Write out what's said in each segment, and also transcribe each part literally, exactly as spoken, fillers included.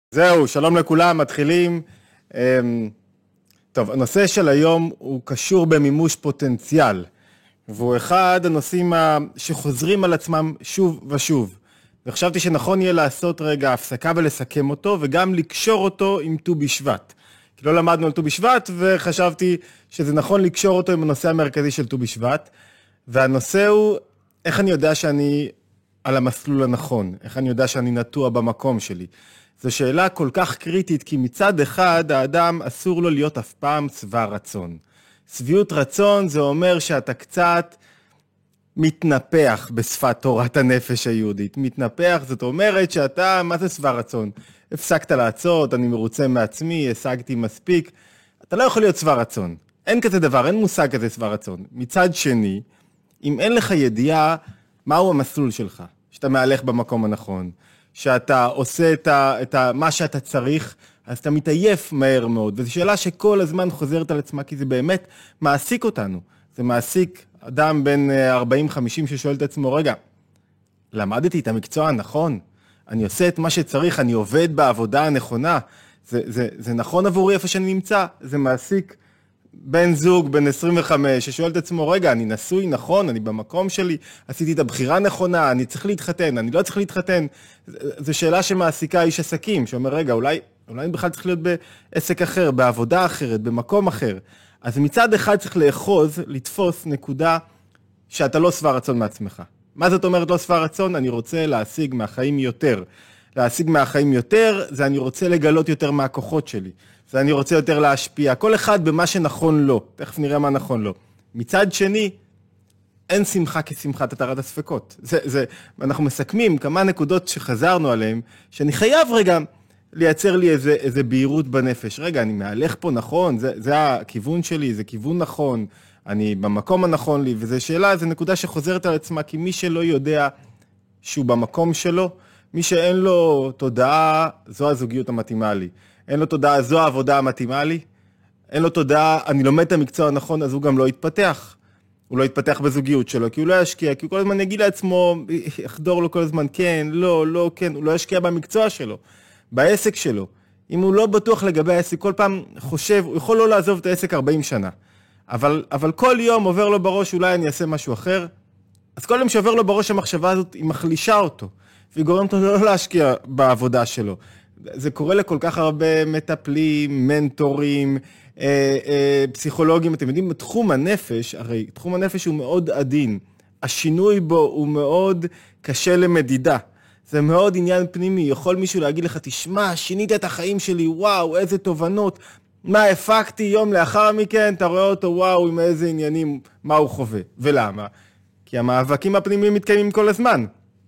זהו, שלום לכולם, מתחילים. טוב, הנושא של היום הוא קשור במימוש פוטנציאל, והוא אחד הנושאים שחוזרים על עצמם שוב ושוב. וחשבתי שנכון יהיה לעשות רגע הפסקה ולסכם אותו, וגם לקשור אותו עם ט"ו בשבט. כי לא למדנו על ט"ו בשבט, וחשבתי שזה נכון לקשור אותו עם הנושא המרכזי של ט"ו בשבט. והנושא הוא, איך אני יודע שאני על המסלול הנכון? איך אני יודע שאני נטוע במקום שלי? זו שאלה כל כך קריטית, כי מצד אחד האדם אסור לו להיות אף פעם שבע רצון. שביעות רצון זה אומר שאתה קצת מתנפח בשפת תורת הנפש היהודית. מתנפח זאת אומרת שאתה, מה זה שבע רצון? הפסקת לעצות, אני מרוצה מעצמי, השגתי מספיק. אתה לא יכול להיות שבע רצון. אין כזה דבר, אין מושג כזה שבע רצון. מצד שני, אם אין לך ידיעה מהו המסלול שלך, שאתה מהלך במקום הנכון, שאתה עושה את ה, את ה, מה שאתה צריך, אז אתה מתעייף מהר מאוד. וזו שאלה שכל הזמן חוזרת על עצמה, כי זה באמת מעסיק אותנו. זה מעסיק אדם בין ארבעים חמישים ששואל את עצמו, רגע, למדתי את המקצוע הנכון? אני עושה את מה שצריך, אני עובד בעבודה הנכונה. זה, זה, זה נכון עבורי איפה שאני נמצא? זה מעסיק בן זוג, בן עשרים וחמש, ששואל את עצמו, רגע, אני נשוי נכון, אני במקום שלי, עשיתי את הבחירה נכונה, אני צריך להתחתן, אני לא צריך להתחתן. זו שאלה שמעסיקה איש עסקים, שאומר, רגע, אולי, אולי אני בכלל צריך להיות בעסק אחר, בעבודה אחרת, במקום אחר. אז מצד אחד צריך לאחוז, לתפוס נקודה שאתה לא שבע רצון מעצמך. מה זאת אומרת לא שבע רצון? אני רוצה להשיג מהחיים יותר. להשיג מהחיים יותר, זה אני רוצה לגלות יותר מהכוחות שלי. זה אני רוצה יותר להשפיע. כל אחד במה שנכון לו. תכף נראה מה נכון לו. מצד שני, אין שמחה כשמחת התרת הספקות. זה, זה, אנחנו מסכמים כמה נקודות שחזרנו עליהן, שאני חייב רגע לייצר לי איזה, איזה בהירות בנפש. רגע, אני מהלך פה נכון, זה, זה הכיוון שלי, זה כיוון נכון, אני במקום הנכון לי, וזו שאלה, זו נקודה שחוזרת על עצמה, כי מי שלא יודע שהוא במקום שלו, מי שאין לו תודעה, זו הזוגיות המתאימה לי. אין לו תודעה, זו העבודה המתאימה לי. אין לו תודעה, אני לומד את המקצוע הנכון, אז הוא גם לא יתפתח. הוא לא יתפתח בזוגיות שלו, כי הוא לא ישקיע, כי הוא כל הזמן יגיד לעצמו, יחדור לו כל הזמן, כן, לא, לא, כן, הוא לא ישקיע במקצוע שלו, בעסק שלו. אם הוא לא בטוח לגבי העסק, כל פעם חושב, הוא יכול לא לעזוב את העסק ארבעים שנה. אבל, אבל כל יום עובר לו בראש, אולי אני אעשה משהו אחר. אז כל יום שעובר לו בראש המחשבה הזאת, היא מחלישה אותו. והיא גורמת אותו לא להשקיע בעבודה שלו. זה קורה לכל כך הרבה מטפלים, מנטורים, אה, אה, פסיכולוגים. אתם יודעים, תחום הנפש, הרי תחום הנפש הוא מאוד עדין. השינוי בו הוא מאוד קשה למדידה. זה מאוד עניין פנימי. יכול מישהו להגיד לך, תשמע, שינית את החיים שלי, וואו, איזה תובנות. מה הפקתי יום לאחר מכן, אתה רואה אותו, וואו, עם איזה עניינים, מה הוא חווה. ולמה? כי המאבקים הפנימיים מתקיימים כל הזמן.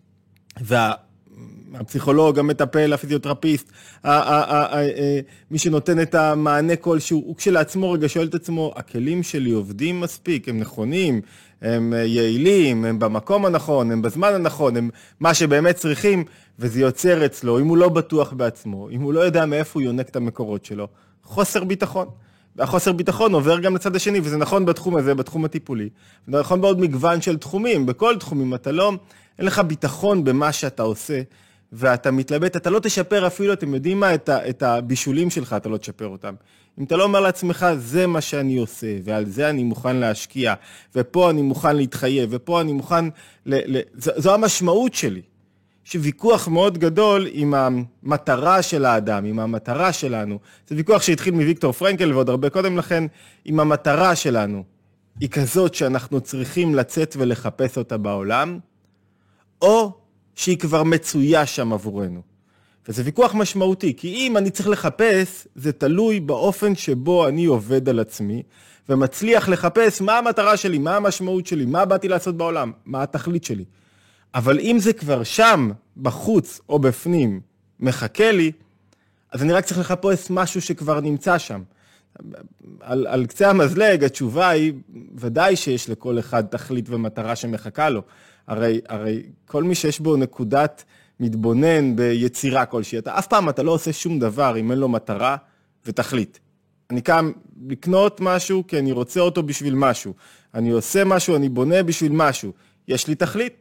והפסיכולוג, המטפל, הפיזיותרפיסט, מי שנותן את המענה כלשהו, הוא כשלעצמו רגע שואל את עצמו, הכלים שלי עובדים מספיק, הם נכונים, הם יעילים, הם במקום הנכון, הם בזמן הנכון, הם מה שבאמת צריכים, וזה יוצר אצלו, אם הוא לא בטוח בעצמו, אם הוא לא יודע מאיפה הוא יונק את המקורות שלו, חוסר ביטחון. והחוסר ביטחון עובר גם לצד השני, וזה נכון בתחום הזה, בתחום הטיפולי. זה נכון בעוד מגוון של תחומים, בכל תחומים אתה לא, אין לך ביטחון במה שאתה עושה, ואתה מתלבט, אתה לא תשפר אפילו, אתם יודעים מה, את, ה, את הבישולים שלך, אתה לא תשפר אותם. אם אתה לא אומר לעצמך, זה מה שאני עושה, ועל זה אני מוכן להשקיע, ופה אני מוכן להתחייב, ופה אני מוכן, ל, ל, זו, זו המשמעות שלי. יש ויכוח מאוד גדול עם המטרה של האדם, עם המטרה שלנו. זה ויכוח שהתחיל מוויקטור פרנקל ועוד הרבה קודם לכן, עם המטרה שלנו. היא כזאת שאנחנו צריכים לצאת ולחפש אותה בעולם, או שהיא כבר מצויה שם עבורנו. וזה ויכוח משמעותי, כי אם אני צריך לחפש, זה תלוי באופן שבו אני עובד על עצמי, ומצליח לחפש מה המטרה שלי, מה המשמעות שלי, מה באתי לעשות בעולם, מה התכלית שלי. אבל אם זה כבר שם, בחוץ או בפנים, מחכה לי, אז אני רק צריך לחפש משהו שכבר נמצא שם. על, על קצה המזלג, התשובה היא, ודאי שיש לכל אחד תכלית ומטרה שמחכה לו. הרי, הרי כל מי שיש בו נקודת מתבונן ביצירה כלשהי, אתה אף פעם אתה לא עושה שום דבר אם אין לו מטרה ותכלית. אני קם לקנות משהו כי אני רוצה אותו בשביל משהו. אני עושה משהו, אני בונה בשביל משהו. יש לי תכלית.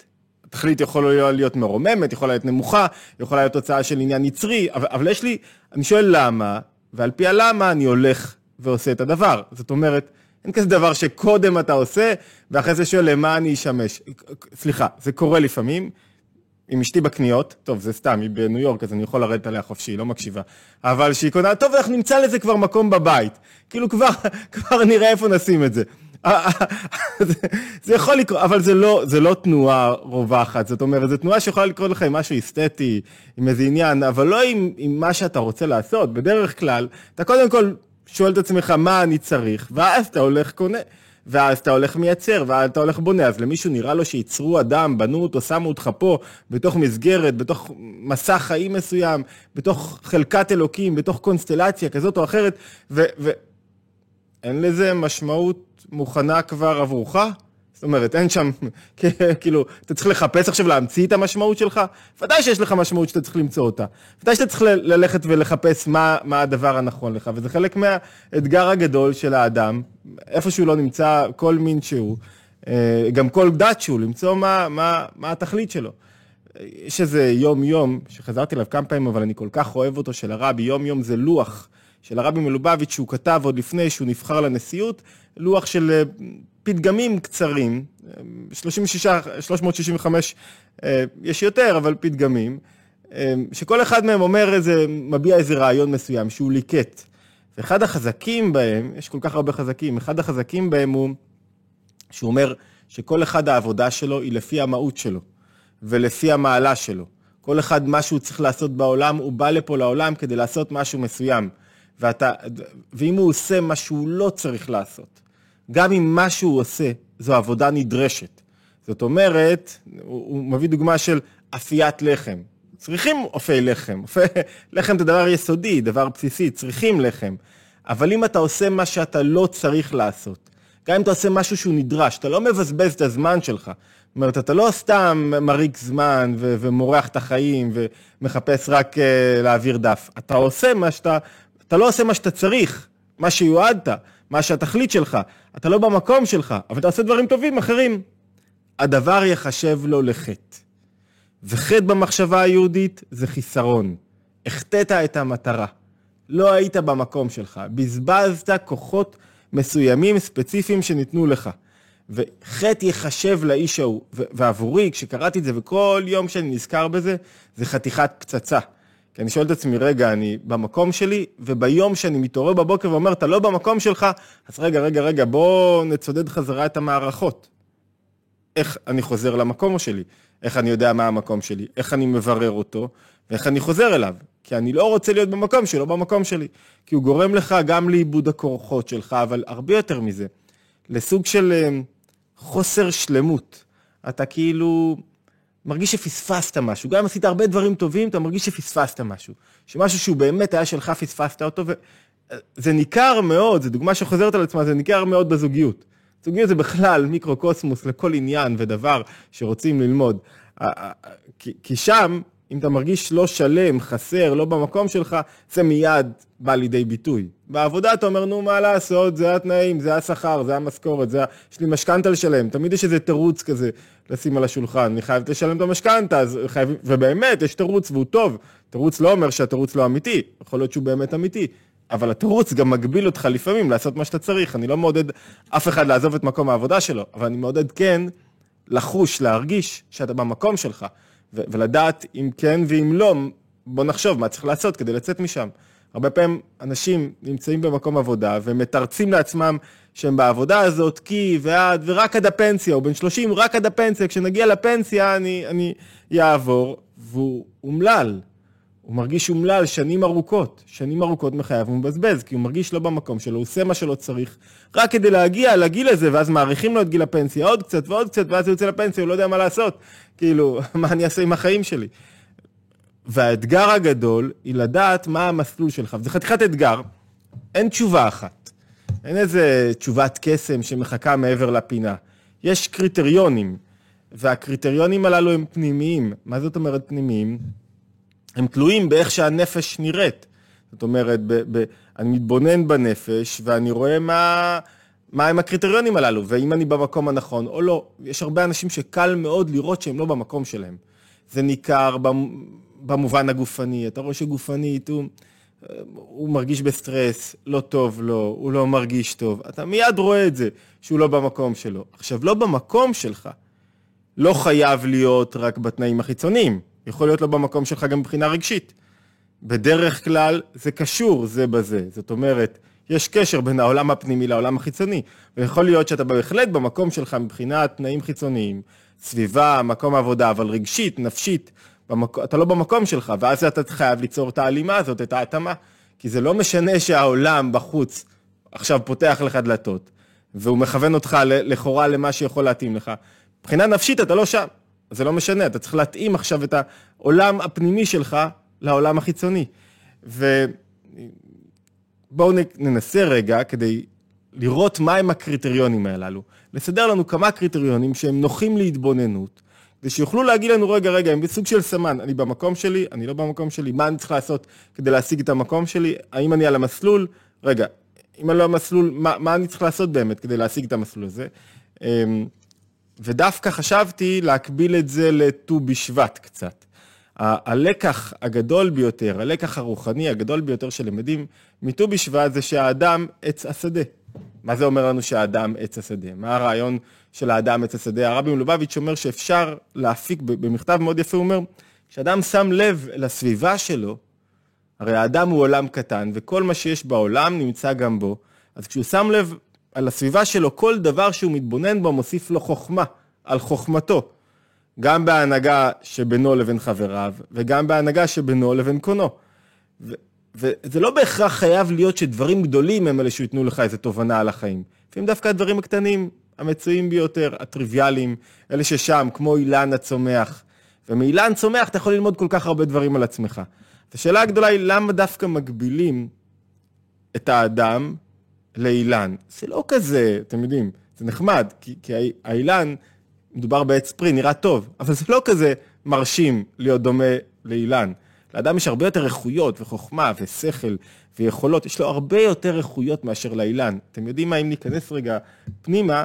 התכלית יכולה להיות מרוממת, יכולה להיות נמוכה, יכולה להיות תוצאה של עניין יצרי, אבל, אבל יש לי, אני שואל למה, ועל פי הלמה אני הולך ועושה את הדבר. זאת אומרת, אין כזה דבר שקודם אתה עושה, ואחרי זה שואל למה אני אשמש. סליחה, זה קורה לפעמים, עם אשתי בקניות, טוב, זה סתם, היא בניו יורק, אז אני יכול לרדת עליה חופשי, היא לא מקשיבה. אבל שהיא קונה, טוב, אנחנו נמצא לזה כבר מקום בבית. כאילו כבר, כבר נראה איפה נשים את זה. זה, זה יכול לקרות, אבל זה לא, זה לא תנועה רווחת. זאת אומרת, זו תנועה שיכולה לקרות לך עם משהו אסתטי, עם איזה עניין, אבל לא עם, עם מה שאתה רוצה לעשות. בדרך כלל, אתה קודם כל שואל את עצמך מה אני צריך, ואז אתה הולך קונה. ואז אתה הולך מייצר, ואז אתה הולך בונה, אז למישהו נראה לו שיצרו אדם, בנו אותו, שמו אותך פה, בתוך מסגרת, בתוך מסע חיים מסוים, בתוך חלקת אלוקים, בתוך קונסטלציה כזאת או אחרת, ואין לזה משמעות מוכנה כבר עבורך? זאת אומרת, אין שם, כאילו, אתה צריך לחפש עכשיו להמציא את המשמעות שלך? ודאי שיש לך משמעות שאתה צריך למצוא אותה. ודאי שאתה צריך ללכת ולחפש מה, מה הדבר הנכון לך, וזה חלק מהאתגר הגדול של האדם, איפה שהוא לא נמצא כל מין שהוא, גם כל דת שהוא, למצוא מה, מה, מה התכלית שלו. יש איזה יום יום, שחזרתי אליו כמה פעמים, אבל אני כל כך אוהב אותו, של הרבי, יום יום זה לוח, של הרבי מלובביץ' שהוא כתב עוד לפני שהוא נבחר לנשיאות, לוח של פתגמים קצרים, שלושים ושישה, שלוש מאות שישים וחמש, יש יותר, אבל פתגמים, שכל אחד מהם אומר איזה, מביע איזה רעיון מסוים, שהוא ליקט. ואחד החזקים בהם, יש כל כך הרבה חזקים, אחד החזקים בהם הוא, שהוא אומר שכל אחד העבודה שלו היא לפי המהות שלו, ולפי המעלה שלו. כל אחד מה שהוא צריך לעשות בעולם, הוא בא לפה לעולם כדי לעשות משהו מסוים. ואתה, ואם הוא עושה מה שהוא לא צריך לעשות, גם אם מה שהוא עושה, זו עבודה נדרשת. זאת אומרת, הוא, הוא מביא דוגמה של אפיית לחם. צריכים אופי לחם. אופי, לחם זה דבר יסודי, דבר בסיסי, צריכים לחם. אבל אם אתה עושה מה שאתה לא צריך לעשות, גם אם אתה עושה משהו שהוא נדרש, אתה לא מבזבז את הזמן שלך. זאת אומרת, אתה לא סתם מריק זמן ו- ומורח את החיים ומחפש רק uh, להעביר דף. אתה עושה מה שאתה, אתה לא עושה מה שאתה צריך, מה שיועדת, מה שהתכלית שלך. אתה לא במקום שלך, אבל אתה עושה דברים טובים אחרים. הדבר יחשב לו לחטא. וחטא במחשבה היהודית זה חיסרון. החטאת את המטרה. לא היית במקום שלך. בזבזת כוחות מסוימים ספציפיים שניתנו לך. וחטא יחשב לאיש ההוא. ועבורי, כשקראתי את זה, וכל יום שאני נזכר בזה, זה חתיכת פצצה. כי אני שואל את עצמי, רגע, אני במקום שלי, וביום שאני מתעורר בבוקר ואומר, אתה לא במקום שלך, אז רגע, רגע, רגע, בוא נצודד חזרה את המערכות. איך אני חוזר למקום שלי? איך אני יודע מה המקום שלי? איך אני מברר אותו? ואיך אני חוזר אליו? כי אני לא רוצה להיות במקום שלו, במקום שלי. כי הוא גורם לך גם לאיבוד הכוחות שלך, אבל הרבה יותר מזה. לסוג של חוסר שלמות. אתה כאילו מרגיש שפספסת משהו. גם אם עשית הרבה דברים טובים, אתה מרגיש שפספסת משהו. שמשהו שהוא באמת היה שלך, פספסת אותו, וזה ניכר מאוד, זו דוגמה שחוזרת על עצמה, זה ניכר מאוד בזוגיות. זוגיות זה בכלל מיקרוקוסמוס לכל עניין ודבר שרוצים ללמוד. כי שם, אם אתה מרגיש לא שלם, חסר, לא במקום שלך, זה מיד בא לידי ביטוי. בעבודה אתה אומר, נו, מה לעשות? זה התנאים, זה השכר, זה המשכורת, זה... יש לי משכנתה לשלם. תמיד יש איזה תירוץ כזה לשים על השולחן. אני חייב לשלם את המשכנתה, אז חייב... ובאמת, יש תירוץ והוא טוב. תירוץ לא אומר שהתירוץ לא אמיתי. יכול להיות שהוא באמת אמיתי. אבל התירוץ גם מגביל אותך לפעמים לעשות מה שאתה צריך. אני לא מעודד אף אחד לעזוב את מקום העבודה שלו, אבל אני מעודד כן לחוש, להרגיש שאתה במקום שלך. ו- ולדעת אם כן ואם לא, בוא נחשוב מה צריך לעשות כדי לצאת משם. הרבה פעמים אנשים נמצאים במקום עבודה ומתרצים לעצמם שהם בעבודה הזאת כי ועד ורק עד הפנסיה, או בין שלושים רק עד הפנסיה, כשנגיע לפנסיה אני, אני יעבור, והוא אומלל. הוא מרגיש אומלל שנים ארוכות, שנים ארוכות מחייב הוא מבזבז, כי הוא מרגיש לא במקום שלו, הוא עושה מה שלא צריך, רק כדי להגיע לגיל הזה, ואז מעריכים לו את גיל הפנסיה, עוד קצת ועוד קצת, ואז הוא יוצא לפנסיה, הוא לא יודע מה לעשות, כאילו, מה אני אעשה עם החיים שלי? והאתגר הגדול היא לדעת מה המסלול שלך, וזה חתיכת אתגר, אין תשובה אחת, אין איזה תשובת קסם שמחכה מעבר לפינה, יש קריטריונים, והקריטריונים הללו הם פנימיים. מה זאת אומרת פנימיים? הם תלויים באיך שהנפש נראית. זאת אומרת, ב- ב- אני מתבונן בנפש, ואני רואה מה, מה הם הקריטריונים הללו, ואם אני במקום הנכון או לא. יש הרבה אנשים שקל מאוד לראות שהם לא במקום שלהם. זה ניכר במובן הגופני, אתה רואה שגופנית, הוא, הוא מרגיש בסטרס, לא טוב לו, הוא לא מרגיש טוב. אתה מיד רואה את זה, שהוא לא במקום שלו. עכשיו, לא במקום שלך, לא חייב להיות רק בתנאים החיצוניים. יכול להיות לא במקום שלך גם מבחינה רגשית. בדרך כלל זה קשור זה בזה. זאת אומרת, יש קשר בין העולם הפנימי לעולם החיצוני. ויכול להיות שאתה בהחלט במקום שלך מבחינת תנאים חיצוניים, סביבה, מקום עבודה, אבל רגשית, נפשית, במק... אתה לא במקום שלך, ואז אתה חייב ליצור את האלימה הזאת, את ההתאמה. כי זה לא משנה שהעולם בחוץ עכשיו פותח לך דלתות, והוא מכוון אותך לכאורה למה שיכול להתאים לך. מבחינה נפשית אתה לא שם, זה לא משנה, אתה צריך להתאים עכשיו את העולם הפנימי שלך לעולם החיצוני. ובואו ננסה רגע כדי לראות מהם הקריטריונים הללו. לסדר לנו כמה קריטריונים שהם נוחים להתבוננות, כדי שיוכלו להגיד לנו רגע רגע, הם בסוג של סמן, אני במקום שלי, אני לא במקום שלי, מה אני צריך לעשות כדי להשיג את המקום שלי, האם אני על המסלול, רגע, אם אני לא המסלול, מה, מה אני צריך לעשות באמת כדי להשיג את המסלול הזה? ודווקא חשבתי להקביל את זה לט"ו בשבט קצת. הלקח הגדול ביותר, הלקח הרוחני הגדול ביותר שלמדים מט"ו בשבט זה שהאדם עץ השדה. מה זה אומר לנו שהאדם עץ השדה? מה הרעיון של האדם עץ השדה? הרבי מלובביץ' אומר שאפשר להפיק, במכתב מאוד יפה הוא אומר, כשאדם שם לב לסביבה שלו, הרי האדם הוא עולם קטן, וכל מה שיש בעולם נמצא גם בו, אז כשהוא שם לב על הסביבה שלו, כל דבר שהוא מתבונן בו מוסיף לו חוכמה, על חוכמתו, גם בהנהגה שבינו לבין חבריו, וגם בהנהגה שבינו לבין קונו. ו- וזה לא בהכרח חייב להיות שדברים גדולים הם אלה שיתנו לך איזו תובנה על החיים. לפעמים דווקא הדברים הקטנים, המצויים ביותר, הטריוויאליים, אלה ששם, כמו אילן הצומח. ומאילן צומח אתה יכול ללמוד כל כך הרבה דברים על עצמך. השאלה הגדולה היא למה דווקא מגבילים את האדם לאילן. זה לא כזה, אתם יודעים, זה נחמד, כי, כי האילן מדובר בעץ פרי, נראה טוב, אבל זה לא כזה מרשים להיות דומה לאילן. לאדם יש הרבה יותר איכויות וחוכמה ושכל ויכולות, יש לו הרבה יותר איכויות מאשר לאילן. אתם יודעים מה, אם ניכנס רגע פנימה,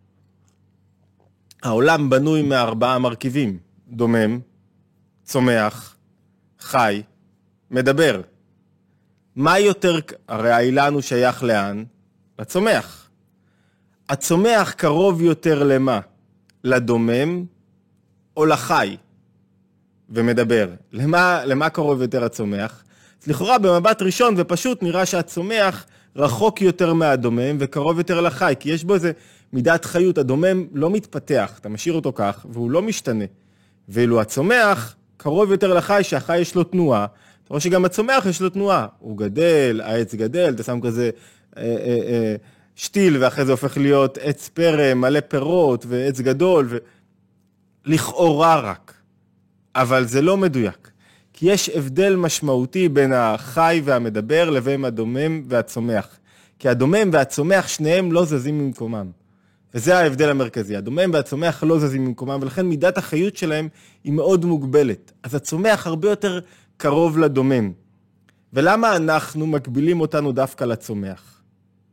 העולם בנוי מארבעה מרכיבים, דומם, צומח, חי, מדבר. מה יותר, הרי האילן הוא שייך לאן? לצומח. הצומח קרוב יותר למה? לדומם או לחי? ומדבר. למה, למה קרוב יותר הצומח? לכאורה במבט ראשון ופשוט נראה שהצומח רחוק יותר מהדומם וקרוב יותר לחי, כי יש בו איזה מידת חיות. הדומם לא מתפתח, אתה משאיר אותו כך והוא לא משתנה. ואילו הצומח קרוב יותר לחי, שהחי יש לו תנועה, אתה רואה שגם הצומח יש לו תנועה. הוא גדל, העץ גדל, אתה שם כזה אה, אה, אה, שתיל ואחרי זה הופך להיות עץ פרם, מלא פירות ועץ גדול, ו... לכאורה רק. אבל זה לא מדויק, כי יש הבדל משמעותי בין החי והמדבר לבין הדומם והצומח. כי הדומם והצומח שניהם לא זזים ממקומם. וזה ההבדל המרכזי. הדומם והצומח לא זזים ממקומם, ולכן מידת החיות שלהם היא מאוד מוגבלת. אז הצומח הרבה יותר קרוב לדומם. ולמה אנחנו מקבילים אותנו דווקא לצומח?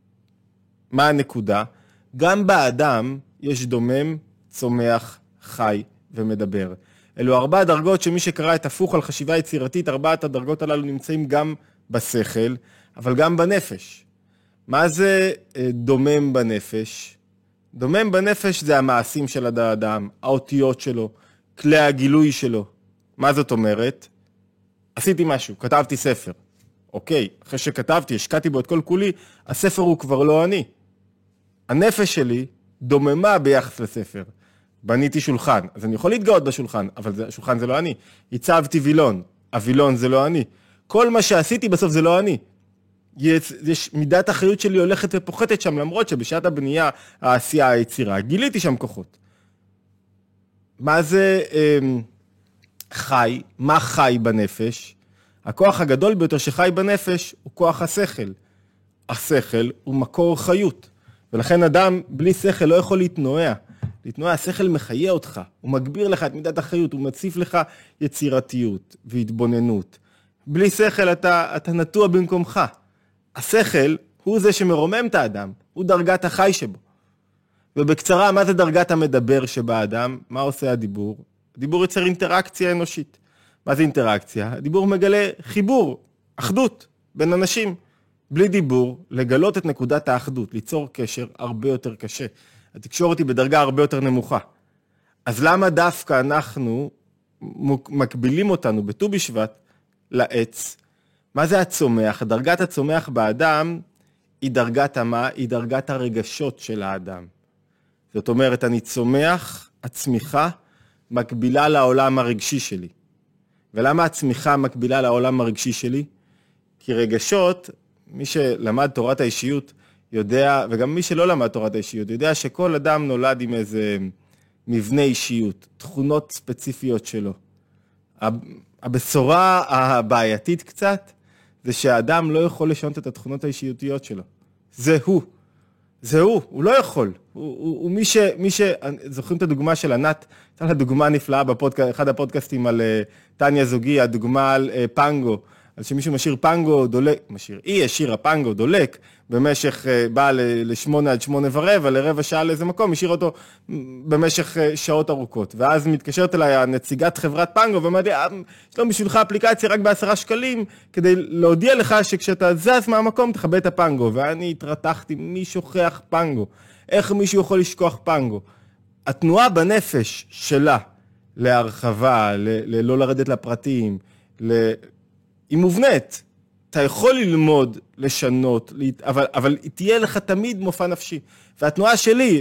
מה הנקודה? גם באדם יש דומם, צומח, חי ומדבר. אלו ארבע דרגות שמי שקרא את הפוך על חשיבה יצירתית, ארבעת הדרגות הללו נמצאים גם בשכל, אבל גם בנפש. מה זה דומם בנפש? דומם בנפש זה המעשים של האדם, האותיות שלו, כלי הגילוי שלו. מה זאת אומרת? עשיתי משהו, כתבתי ספר. אוקיי, אחרי שכתבתי, השקעתי בו את כל כולי, הספר הוא כבר לא אני. הנפש שלי דוממה ביחס לספר. בניתי שולחן, אז אני יכול להתגאות בשולחן, אבל זה, השולחן זה לא אני. הצבתי וילון, הוילון זה לא אני. כל מה שעשיתי בסוף זה לא אני. יש, יש מידת החיות שלי הולכת ופוחתת שם, למרות שבשעת הבנייה, העשייה, היצירה, גיליתי שם כוחות. מה זה אה, חי? מה חי בנפש? הכוח הגדול ביותר שחי בנפש הוא כוח השכל. השכל הוא מקור חיות, ולכן אדם בלי שכל לא יכול להתנועע. להתנועע, השכל מחיה אותך, הוא מגביר לך את מידת החיות, הוא מציף לך יצירתיות והתבוננות. בלי שכל אתה, אתה נטוע במקומך. השכל הוא זה שמרומם את האדם, הוא דרגת החי שבו. ובקצרה, מה זה דרגת המדבר שבאדם? מה עושה הדיבור? הדיבור יוצר אינטראקציה אנושית. מה זה אינטראקציה? הדיבור מגלה חיבור, אחדות בין אנשים. בלי דיבור, לגלות את נקודת האחדות, ליצור קשר הרבה יותר קשה. התקשורת היא בדרגה הרבה יותר נמוכה. אז למה דווקא אנחנו מקבילים אותנו בט"ו בשבט לעץ? מה זה הצומח? דרגת הצומח באדם היא דרגת המה, היא דרגת הרגשות של האדם. זאת אומרת, אני צומח, הצמיחה מקבילה לעולם הרגשי שלי. ולמה הצמיחה מקבילה לעולם הרגשי שלי? כי רגשות, מי שלמד תורת האישיות יודע, וגם מי שלא למד תורת האישיות, יודע שכל אדם נולד עם איזה מבנה אישיות, תכונות ספציפיות שלו. הבשורה הבעייתית קצת, זה שהאדם לא יכול לשנות את התכונות האישיותיות שלו. זה הוא. זה הוא, הוא לא יכול. הוא, הוא, הוא מי ש... מי ש... זוכרים את הדוגמה של ענת? הייתה לה דוגמה נפלאה באחד הפודקאסטים על טניה זוגי, הדוגמה על פנגו. על שמישהו משאיר פנגו דולק, משאיר, היא השאירה פנגו דולק, במשך, באה לשמונה עד שמונה ורבע, לרבע שעה לאיזה מקום, השאיר אותו במשך שעות ארוכות. ואז מתקשרת אליי הנציגת חברת פנגו, ואומרת לי, יש לו בשבילך אפליקציה רק בעשרה שקלים, כדי להודיע לך שכשאתה זז מהמקום, תכבה את הפנגו. ואני התרתחתי, מי שוכח פנגו? איך מישהו יכול לשכוח פנגו? התנועה בנפש שלה, להרחבה, לא לרדת לפרטים, ל... היא מובנית, אתה יכול ללמוד, לשנות, אבל, אבל תהיה לך תמיד מופע נפשי. והתנועה שלי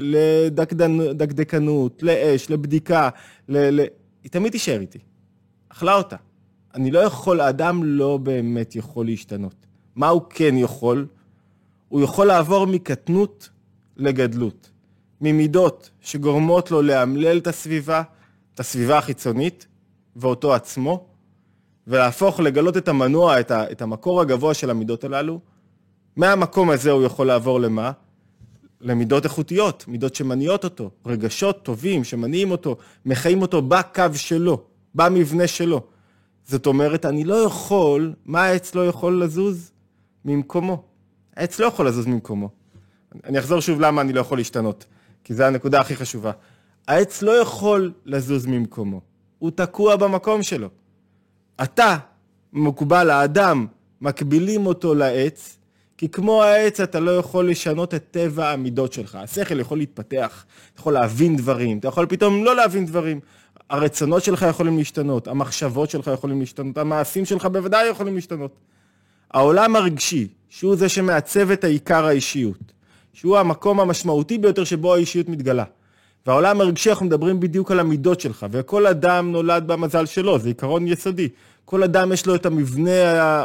לדקדקנות, לאש, לבדיקה, ל, ל... היא תמיד תישאר איתי. אכלה אותה. אני לא יכול, האדם לא באמת יכול להשתנות. מה הוא כן יכול? הוא יכול לעבור מקטנות לגדלות. ממידות שגורמות לו להמלל את הסביבה, את הסביבה החיצונית, ואותו עצמו, ולהפוך לגלות את המנוע, את, ה, את המקור הגבוה של המידות הללו. מהמקום הזה הוא יכול לעבור למה? למידות איכותיות, מידות שמניעות אותו, רגשות טובים שמניעים אותו, מחיים אותו בקו שלו, במבנה שלו. זאת אומרת, אני לא יכול, מה העץ לא יכול לזוז? ממקומו. העץ לא יכול לזוז ממקומו. אני אחזור שוב למה אני לא יכול להשתנות, כי זו הנקודה הכי חשובה. העץ לא יכול לזוז ממקומו, הוא תקוע במקום שלו. אתה, מקובל, האדם, מקבילים אותו לעץ, כי כמו העץ אתה לא יכול לשנות את טבע המידות שלך. השכל יכול להתפתח, אתה יכול להבין דברים, אתה יכול פתאום לא להבין דברים. הרצונות שלך יכולים להשתנות, המחשבות שלך יכולים להשתנות, המעשים שלך בוודאי יכולים להשתנות. העולם הרגשי, שהוא זה שמעצב את העיקר האישיות, שהוא המקום המשמעותי ביותר שבו האישיות מתגלה. והעולם הרגשי אנחנו מדברים בדיוק על המידות שלך, וכל אדם נולד במזל שלו, זה עיקרון יסודי. כל אדם יש לו את המבנה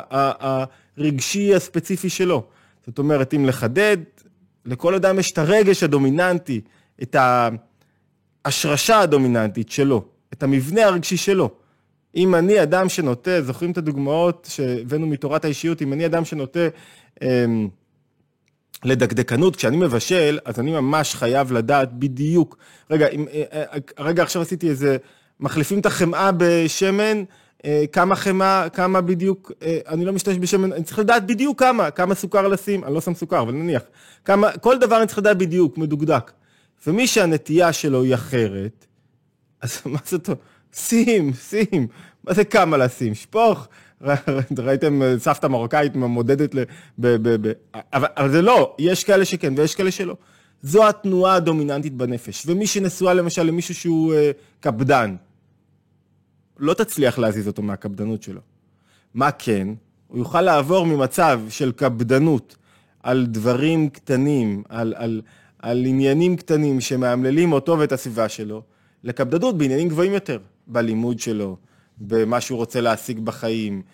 הרגשי הספציפי שלו. זאת אומרת, אם לחדד, לכל אדם יש את הרגש הדומיננטי, את ההשרשה הדומיננטית שלו, את המבנה הרגשי שלו. אם אני אדם שנוטה, זוכרים את הדוגמאות שהבאנו מתורת האישיות, אם אני אדם שנוטה אמ, לדקדקנות, כשאני מבשל, אז אני ממש חייב לדעת בדיוק. רגע, אם, רגע עכשיו עשיתי איזה, מחליפים את החמאה בשמן, כמה חמאה, כמה בדיוק, אני לא משתמש בשמן, אני צריך לדעת בדיוק כמה, כמה סוכר לשים, אני לא שם סוכר, אבל נניח, כמה, כל דבר אני צריך לדעת בדיוק, מדוקדק. ומי שהנטייה שלו היא אחרת, אז מה זה טוב? שים, שים, מה זה כמה לשים? שפוך, ראיתם סבתא מרוקאית מודדת, ל... ב, ב, ב... אבל, אבל זה לא, יש כאלה שכן ויש כאלה שלא. זו התנועה הדומיננטית בנפש, ומי שנשואה למשל למישהו שהוא אה, קפדן, לא תצליח להזיז אותו מהקפדנות שלו. מה כן? הוא יוכל לעבור ממצב של קפדנות על דברים קטנים, על, על, על עניינים קטנים שמאמללים אותו ואת הסביבה שלו, לקפדנות בעניינים גבוהים יותר, בלימוד שלו, במה שהוא רוצה להשיג בחיים,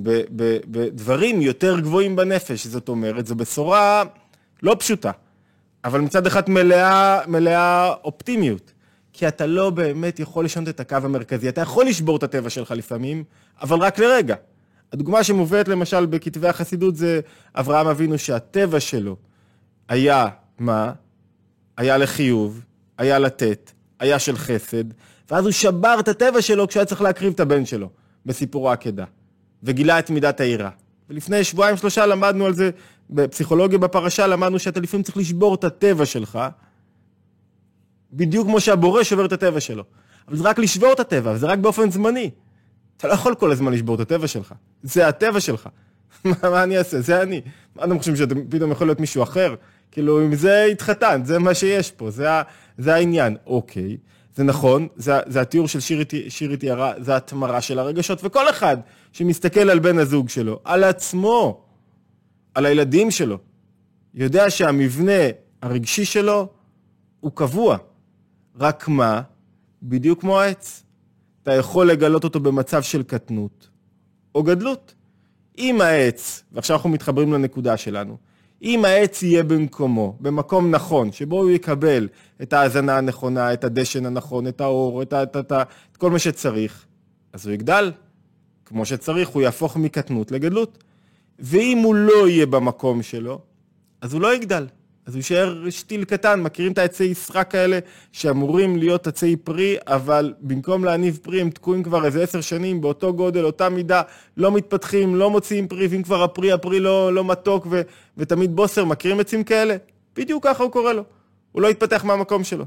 בדברים יותר גבוהים בנפש. זאת אומרת, זו בשורה לא פשוטה, אבל מצד אחד מלאה, מלאה אופטימיות. כי אתה לא באמת יכול לשנות את הקו המרכזי. אתה יכול לשבור את הטבע שלך לפעמים, אבל רק לרגע. הדוגמה שמובאת למשל בכתבי החסידות זה אברהם אבינו, שהטבע שלו היה מה? היה לחיוב, היה לתת, היה של חסד, ואז הוא שבר את הטבע שלו כשהיה צריך להקריב את הבן שלו, בסיפור העקדה, וגילה את מידת העירה. ולפני שבועיים שלושה למדנו על זה, בפסיכולוגיה בפרשה למדנו שאתה לפעמים צריך לשבור את הטבע שלך, בדיוק כמו שהבורא שובר את הטבע שלו. אבל זה רק לשבור את הטבע, וזה רק באופן זמני. אתה לא יכול כל הזמן לשבור את הטבע שלך. זה הטבע שלך. מה, מה אני אעשה? זה אני. מה אתם חושבים שאתם פתאום יכול להיות מישהו אחר? כאילו, אם זה התחתן, זה מה שיש פה, זה, זה העניין. אוקיי, זה נכון, זה, זה התיאור של שירי, שירי תיארה, זה התמרה של הרגשות, וכל אחד שמסתכל על בן הזוג שלו, על עצמו, על הילדים שלו, יודע שהמבנה הרגשי שלו הוא קבוע. רק מה? בדיוק כמו העץ. אתה יכול לגלות אותו במצב של קטנות או גדלות. אם העץ, ועכשיו אנחנו מתחברים לנקודה שלנו, אם העץ יהיה במקומו, במקום נכון, שבו הוא יקבל את ההזנה הנכונה, את הדשן הנכון, את האור, את, את, את, את כל מה שצריך, אז הוא יגדל. כמו שצריך, הוא יהפוך מקטנות לגדלות. ואם הוא לא יהיה במקום שלו, אז הוא לא יגדל. אז הוא יישאר שתיל קטן. מכירים את העצי ישרק האלה שאמורים להיות עצי פרי, אבל במקום להניב פרי הם תקועים כבר איזה עשר שנים באותו גודל, אותה מידה, לא מתפתחים, לא מוציאים פרי, ואם כבר הפרי, הפרי לא, לא מתוק ו, ותמיד בוסר. מכירים עצים כאלה? בדיוק ככה הוא קורא לו. הוא לא יתפתח מהמקום שלו.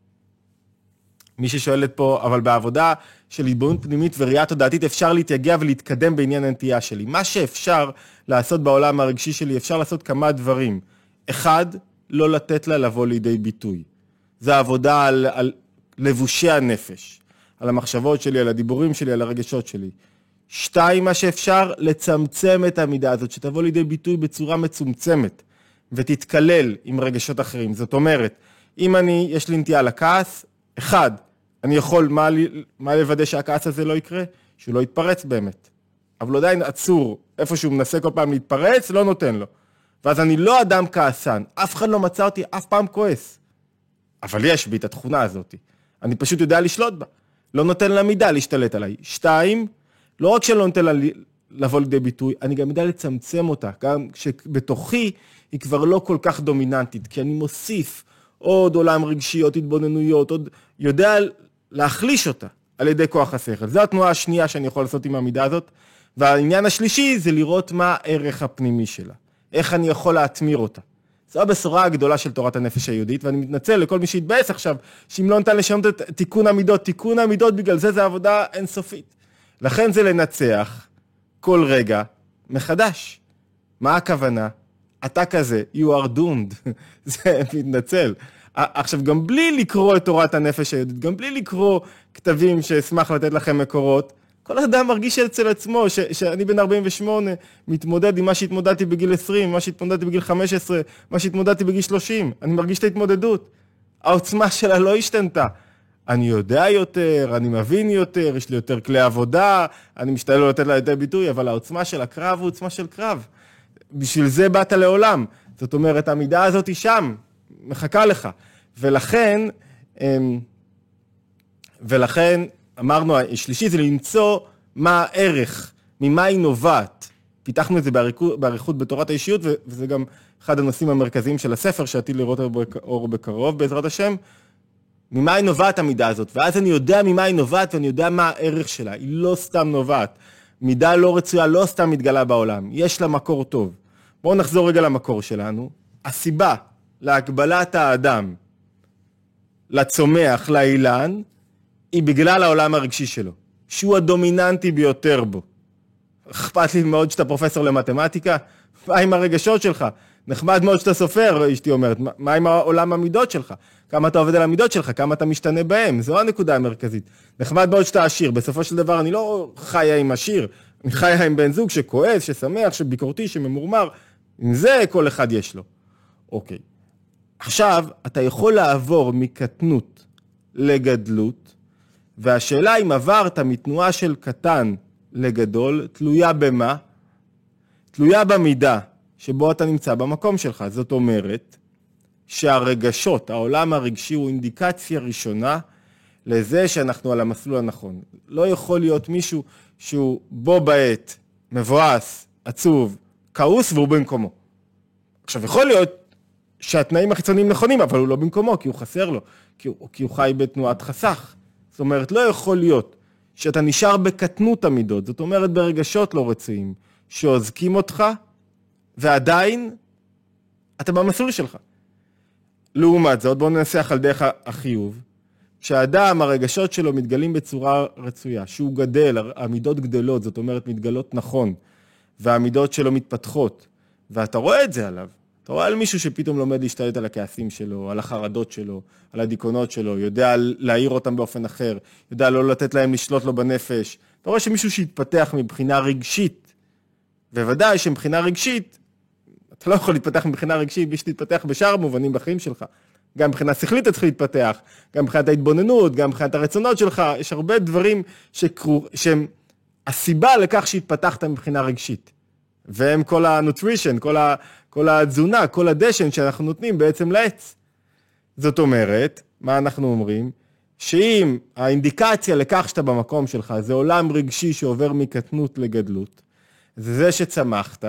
מי ששואלת פה, אבל בעבודה של התבוננות פנימית וראייה תודעתית אפשר להתייגע ולהתקדם בעניין הנטייה שלי. מה שאפשר לעשות בעולם הרגשי שלי, אפשר לעשות כמה דברים. אחד, לא לתת לה לבוא לידי ביטוי. זה העבודה על, על לבושי הנפש, על המחשבות שלי, על הדיבורים שלי, על הרגשות שלי. שתיים, מה שאפשר, לצמצם את המידה הזאת, שתבוא לידי ביטוי בצורה מצומצמת, ותתקלל עם רגשות אחרים. זאת אומרת, אם אני, יש לי נטייה לכעס, אחד, אני יכול, מה, מה לוודא שהכעס הזה לא יקרה? שהוא לא יתפרץ באמת. אבל עדיין עצור, איפה שהוא מנסה כל פעם להתפרץ, לא נותן לו. ואז אני לא אדם כעסן, אף אחד לא מצא אותי אף פעם כועס. אבל יש בי את התכונה הזאת. אני פשוט יודע לשלוט בה. לא נותן לה מידה להשתלט עליי. שתיים, לא רק שלא נותן לה לבוא לידי ביטוי, אני גם יודע לצמצם אותה. גם שבתוכי היא כבר לא כל כך דומיננטית, כי אני מוסיף עוד עולם רגשי, עוד התבוננויות, עוד יודע להחליש אותה על ידי כוח השכל. זו התנועה השנייה שאני יכול לעשות עם המידה הזאת. והעניין השלישי זה לראות מה הערך הפנימי שלה. איך אני יכול להתמיר אותה. זו הבשורה הגדולה של תורת הנפש היהודית, ואני מתנצל לכל מי שהתבאס עכשיו, שאם לא ניתן לשנות את תיקון המידות, תיקון המידות בגלל זה זה עבודה אינסופית. לכן זה לנצח כל רגע מחדש. מה הכוונה? אתה כזה, you are doomed. זה מתנצל. עכשיו, גם בלי לקרוא את תורת הנפש היהודית, גם בלי לקרוא כתבים שאשמח לתת לכם מקורות, כל אדם מרגיש אצל עצמו, ש, שאני בן ארבעים ושמונה, מתמודד עם מה שהתמודדתי בגיל עשרים, מה שהתמודדתי בגיל חמש עשרה, מה שהתמודדתי בגיל שלושים. אני מרגיש את ההתמודדות. העוצמה שלה לא השתנתה. אני יודע יותר, אני מבין יותר, יש לי יותר כלי עבודה, אני משתדל לא לתת לה יותר ביטוי, אבל העוצמה של הקרב הוא עוצמה של קרב. בשביל זה באת לעולם. זאת אומרת, המידה הזאת היא שם, מחכה לך. ולכן, ולכן, אמרנו, השלישי זה למצוא מה הערך, ממה היא נובעת. פיתחנו את זה בעריכות בתורת האישיות, וזה גם אחד הנושאים המרכזיים של הספר, שעתיד לראות אור בקרוב, בעזרת השם. ממה היא נובעת המידה הזאת? ואז אני יודע ממה היא נובעת, ואני יודע מה הערך שלה. היא לא סתם נובעת. מידה לא רצויה, לא סתם מתגלה בעולם. יש לה מקור טוב. בואו נחזור רגע למקור שלנו. הסיבה להגבלת האדם, לצומח, לאילן, היא בגלל העולם הרגשי שלו, שהוא הדומיננטי ביותר בו. אכפת לי מאוד שאתה פרופסור למתמטיקה, מה עם הרגשות שלך? נחמד מאוד שאתה סופר, אשתי אומרת, מה עם העולם המידות שלך? כמה אתה עובד על המידות שלך, כמה אתה משתנה בהם, זו הנקודה המרכזית. נחמד מאוד שאתה עשיר, בסופו של דבר אני לא חיה עם עשיר, אני חיה עם בן זוג שכועס, ששמח, שביקורתי, שממורמר, עם זה כל אחד יש לו. אוקיי. עכשיו, אתה יכול לעבור מקטנות לגדלות, והשאלה אם עברת מתנועה של קטן לגדול, תלויה במה? תלויה במידה שבו אתה נמצא במקום שלך. זאת אומרת שהרגשות, העולם הרגשי הוא אינדיקציה ראשונה לזה שאנחנו על המסלול הנכון. לא יכול להיות מישהו שהוא בו בעת, מבואס, עצוב, כעוס והוא במקומו. עכשיו יכול להיות שהתנאים החיצוניים נכונים, אבל הוא לא במקומו, כי הוא חסר לו, כי הוא, כי הוא חי בתנועת חסך. זאת אומרת, לא יכול להיות שאתה נשאר בקטנות המידות, זאת אומרת ברגשות לא רצויים, שעוזקים אותך, ועדיין אתה במסלול שלך. לעומת זאת, בואו ננסח על דרך החיוב, כשאדם, הרגשות שלו מתגלים בצורה רצויה, שהוא גדל, המידות גדלות, זאת אומרת מתגלות נכון, והמידות שלו מתפתחות, ואתה רואה את זה עליו. אתה רואה על מישהו שפתאום לומד להשתלט על הכעסים שלו, על החרדות שלו, על הדיכאונות שלו, יודע להעיר אותם באופן אחר, יודע לא לתת להם לשלוט לו בנפש. אתה רואה שמישהו שהתפתח מבחינה רגשית, ובוודאי שמבחינה רגשית, אתה לא יכול להתפתח מבחינה רגשית, בלי שתתפתח בשאר מובנים בחיים שלך. גם מבחינה שכלית אתה צריך להתפתח, גם מבחינת ההתבוננות, גם מבחינת הרצונות שלך, יש הרבה דברים שקרו, שהם הסיבה לכך שהתפתחת מבחינה רגשית. והם כל הנוטרישן, כל, ה, כל התזונה, כל הדשן שאנחנו נותנים בעצם לעץ. זאת אומרת, מה אנחנו אומרים? שאם האינדיקציה לכך שאתה במקום שלך, זה עולם רגשי שעובר מקטנות לגדלות, זה זה שצמחת,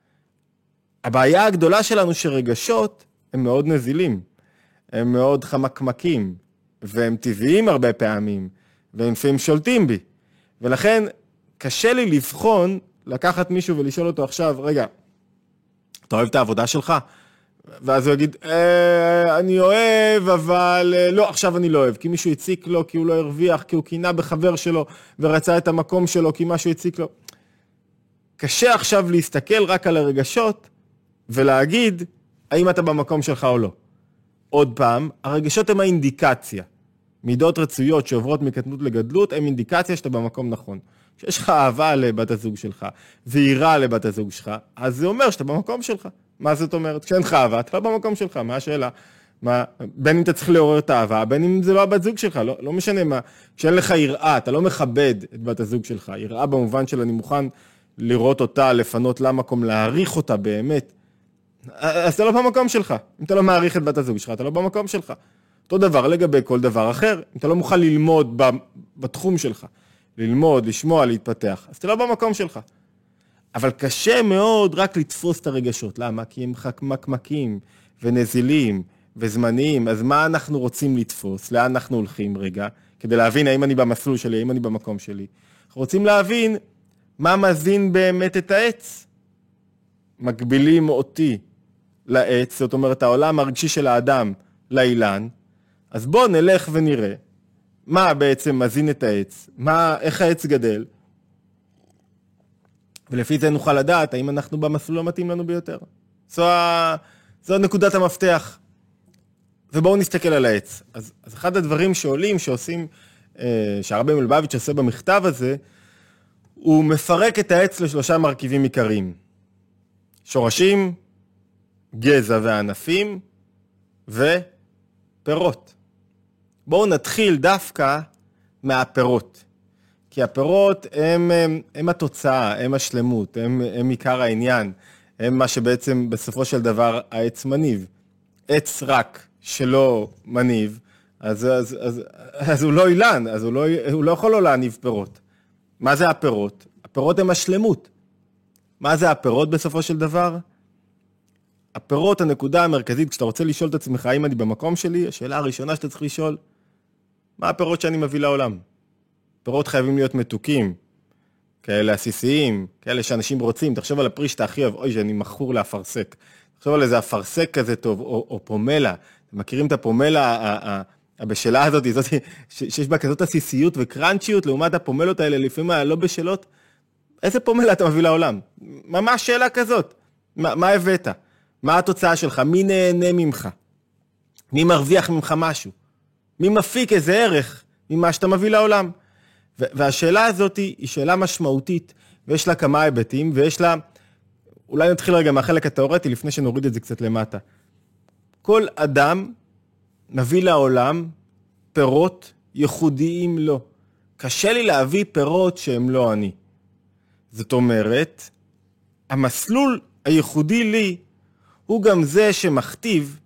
הבעיה הגדולה שלנו שרגשות הם מאוד נזילים, הם מאוד חמקמקים, והם טבעיים הרבה פעמים, והם לפעמים שולטים בי. ולכן קשה לי לבחון, לקחת מישהו ולשאול אותו עכשיו, רגע, אתה אוהב את העבודה שלך? ואז הוא יגיד, אה, אני אוהב, אבל אה, לא, עכשיו אני לא אוהב, כי מישהו הציק לו, כי הוא לא הרוויח, כי הוא קינה בחבר שלו, ורצה את המקום שלו, כי משהו הציק לו. קשה עכשיו להסתכל רק על הרגשות, ולהגיד, האם אתה במקום שלך או לא. עוד פעם, הרגשות הם האינדיקציה. מידות רצויות שעוברות מקטנות לגדלות, הם אינדיקציה שאתה במקום נכון. כשיש לך אהבה לבת הזוג שלך, ויראה לבת הזוג שלך, אז זה אומר שאתה במקום שלך. מה זאת אומרת? כשאין לך אהבה, אתה לא במקום שלך. מה השאלה? מה, בין אם אתה צריך לעורר את האהבה, בין אם זה לא הבת זוג שלך, לא, לא משנה מה. כשאין לך יראה, אתה לא מכבד את בת הזוג שלך. יראה במובן של אני מוכן לראות אותה, לפנות לה מקום, להעריך אותה באמת. אז אתה לא במקום שלך. אם אתה לא מעריך את בת הזוג שלך, אתה לא במקום שלך. אותו דבר לגבי כל דבר אחר. אם אתה לא מוכן ללמוד בתחום שלך, ללמוד, לשמוע, להתפתח, אז אתה לא במקום שלך. אבל קשה מאוד רק לתפוס את הרגשות. למה? כי הם חמקמקים ונזילים וזמניים. אז מה אנחנו רוצים לתפוס? לאן אנחנו הולכים רגע? כדי להבין האם אני במסלול שלי, האם אני במקום שלי. אנחנו רוצים להבין מה מזין באמת את העץ. מגבילים אותי לעץ, זאת אומרת העולם הרגשי של האדם לאילן. אז בוא נלך ונראה מה בעצם מזין את העץ, מה, איך העץ גדל, ולפי זה נוכל לדעת האם אנחנו במסלול המתאים לנו ביותר. זו, זו נקודת המפתח. ובואו נסתכל על העץ. אז, אז אחד הדברים שעולים, שעושים, שהרבי מלובביץ' עושה במכתב הזה, הוא מפרק את העץ לשלושה מרכיבים עיקריים. שורשים, גזע וענפים, ופירות. בואו נתחיל דווקא מהפירות. כי הפירות הם, הם, הם התוצאה, הם השלמות, הם, הם עיקר העניין. הם מה שבעצם בסופו של דבר העץ מניב. עץ רק שלא מניב, אז, אז, אז, אז הוא לא אילן, אז הוא לא, הוא לא יכול לא להניב פירות. מה זה הפירות? הפירות הם השלמות. מה זה הפירות בסופו של דבר? הפירות, הנקודה המרכזית, כשאתה רוצה לשאול את עצמך, האם אני במקום שלי, השאלה הראשונה שאתה צריך לשאול, מה הפירות שאני מביא לעולם? פירות חייבים להיות מתוקים, כאלה עסיסיים, כאלה שאנשים רוצים. תחשוב על הפרי שאתה הכי אוהב, אוי, שאני מכור לאפרסק. תחשוב על איזה אפרסק כזה טוב, או, או פומלה. אתם מכירים את הפומלה הבשלה הזאת, זאת, שיש בה כזאת עסיסיות וקרנצ'יות, לעומת הפומלות האלה, לפעמים הלא בשלות. איזה פומלה אתה מביא לעולם? ממש שאלה כזאת. מה, מה הבאת? מה התוצאה שלך? מי נהנה ממך? מי מרוויח ממך משהו? מי מפיק איזה ערך ממה שאתה מביא לעולם? והשאלה הזאת היא שאלה משמעותית, ויש לה כמה היבטים, ויש לה, אולי נתחיל רגע מהחלק התיאורטי, לפני שנוריד את זה קצת למטה. כל אדם מביא לעולם פירות ייחודיים לו. קשה לי להביא פירות שהם לא אני. זאת אומרת, המסלול הייחודי לי, הוא גם זה שמכתיב,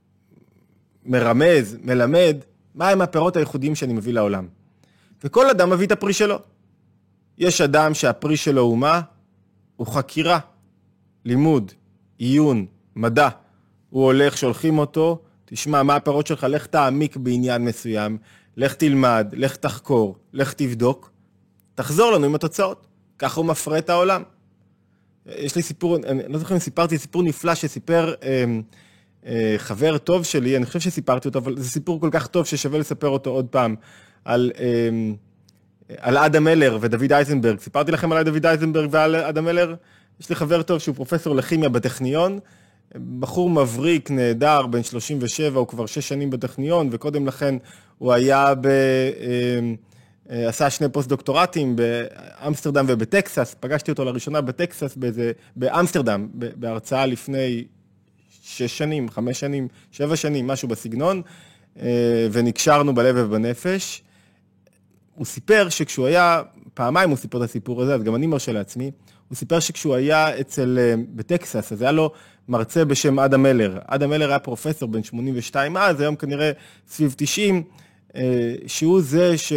מרמז, מלמד, מהם הפירות הייחודיים שאני מביא לעולם. וכל אדם מביא את הפרי שלו. יש אדם שהפרי שלו הוא מה? הוא חקירה, לימוד, עיון, מדע. הוא הולך, שולחים אותו, תשמע, מה הפירות שלך? לך תעמיק בעניין מסוים, לך תלמד, לך תחקור, לך תבדוק, תחזור לנו עם התוצאות. ככה הוא מפרה את העולם. יש לי סיפור, אני לא זוכר אם סיפרתי, סיפור נפלא שסיפר אה, אה, חבר טוב שלי, אני חושב שסיפרתי אותו, אבל זה סיפור כל כך טוב ששווה לספר אותו עוד פעם, על, אה, על אדם מלר ודוד אייזנברג. סיפרתי לכם על דוד אייזנברג ועל אדם מלר? יש לי חבר טוב שהוא פרופסור לכימיה בטכניון, בחור מבריק, נהדר, בן שלושים ושבע, הוא כבר שש שנים בטכניון, וקודם לכן הוא היה ב... עשה שני פוסט-דוקטורטים באמסטרדם ובטקסס, פגשתי אותו לראשונה בטקסס, באיזה, באמסטרדם, בהרצאה לפני שש שנים, חמש שנים, שבע שנים, משהו בסגנון, ונקשרנו בלב ובנפש. הוא סיפר שכשהוא היה, פעמיים הוא סיפר את הסיפור הזה, אז גם אני מרשה לעצמי, הוא סיפר שכשהוא היה אצל, בטקסס, אז היה לו מרצה בשם אדם מלר. אדם מלר היה פרופסור בן שמונים ושתיים אז, היום כנראה סביב תשעים, שהוא זה ש...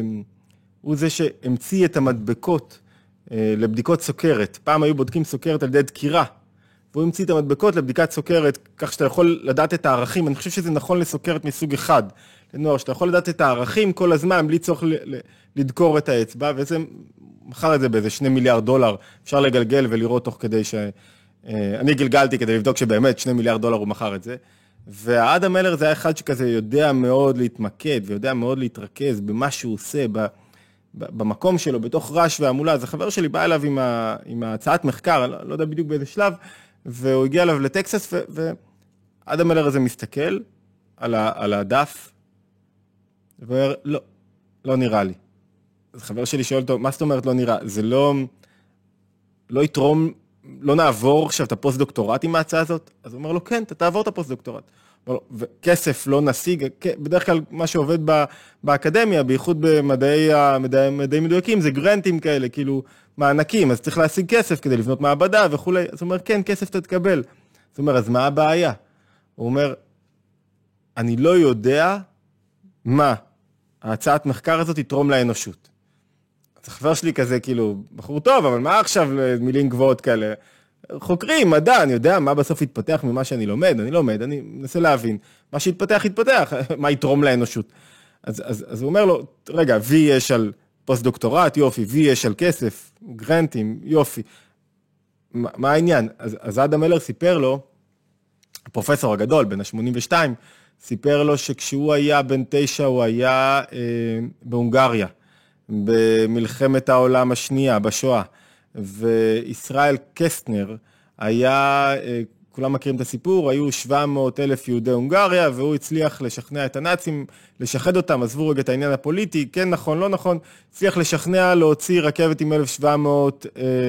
הוא זה שהמציא את המדבקות לבדיקות סוכרת. פעם היו בודקים סוכרת על ידי דקירה, והוא המציא את המדבקות לבדיקת סוכרת, כך שאתה יכול לדעת את הערכים. אני חושב שזה נכון לסוכרת מסוג אחד, לנוער, שאתה יכול לדעת את הערכים כל הזמן, בלי צורך לדקור את האצבע, וזה מחר את זה באיזה שני מיליארד דולר, אפשר לגלגל ולראות תוך כדי ש... אני גלגלתי כדי לבדוק שבאמת שני מיליארד דולר הוא מחר את זה, והאדם מלר זה היה אחד שכזה יודע מאוד להתמקד, ויודע מאוד להתרכז במה שהוא עושה, ב... במקום שלו, בתוך רעש והמולה. אז החבר שלי בא אליו עם, ה... עם הצעת מחקר, לא, לא יודע בדיוק באיזה שלב, והוא הגיע אליו לטקסס, ו... ואדם מלר הזה מסתכל על, ה... על הדף, ואומר, לא, לא נראה לי. אז חבר שלי שואל אותו, מה זאת אומרת לא נראה? זה לא, לא יתרום, לא נעבור עכשיו את הפוסט-דוקטורט עם ההצעה הזאת? אז הוא אומר לו, כן, אתה תעבור את הפוסט-דוקטורט. וכסף לא נשיג, בדרך כלל מה שעובד באקדמיה, בייחוד במדעי מדעי מדויקים, זה גרנטים כאלה, כאילו מענקים, אז צריך להשיג כסף כדי לבנות מעבדה וכו'. אז הוא אומר, כן, כסף אתה תקבל. אז הוא אומר, אז מה הבעיה? הוא אומר, אני לא יודע מה ההצעת מחקר הזאת יתרום לאנושות. אז החבר שלי כזה, כאילו, בחור טוב, אבל מה עכשיו מילים גבוהות כאלה? חוקרים, מדע, אני יודע מה בסוף יתפתח ממה שאני לומד, אני לומד, אני מנסה להבין, מה שיתפתח יתפתח, מה יתרום לאנושות. אז, אז, אז הוא אומר לו, רגע, וי יש על פוסט-דוקטורט, יופי, וי יש על כסף, גרנטים, יופי. מה, מה העניין? אז, אז אדם מלר סיפר לו, הפרופסור הגדול, בן ה-שמונים ושתיים, סיפר לו שכשהוא היה בן תשע, הוא היה אה, בהונגריה, במלחמת העולם השנייה, בשואה. וישראל קסטנר היה, כולם מכירים את הסיפור, היו שבע מאות אלף יהודי הונגריה, והוא הצליח לשכנע את הנאצים, לשחד אותם, עזבו רגע את העניין הפוליטי, כן נכון, לא נכון, הצליח לשכנע להוציא רכבת עם אלף ושבע מאות,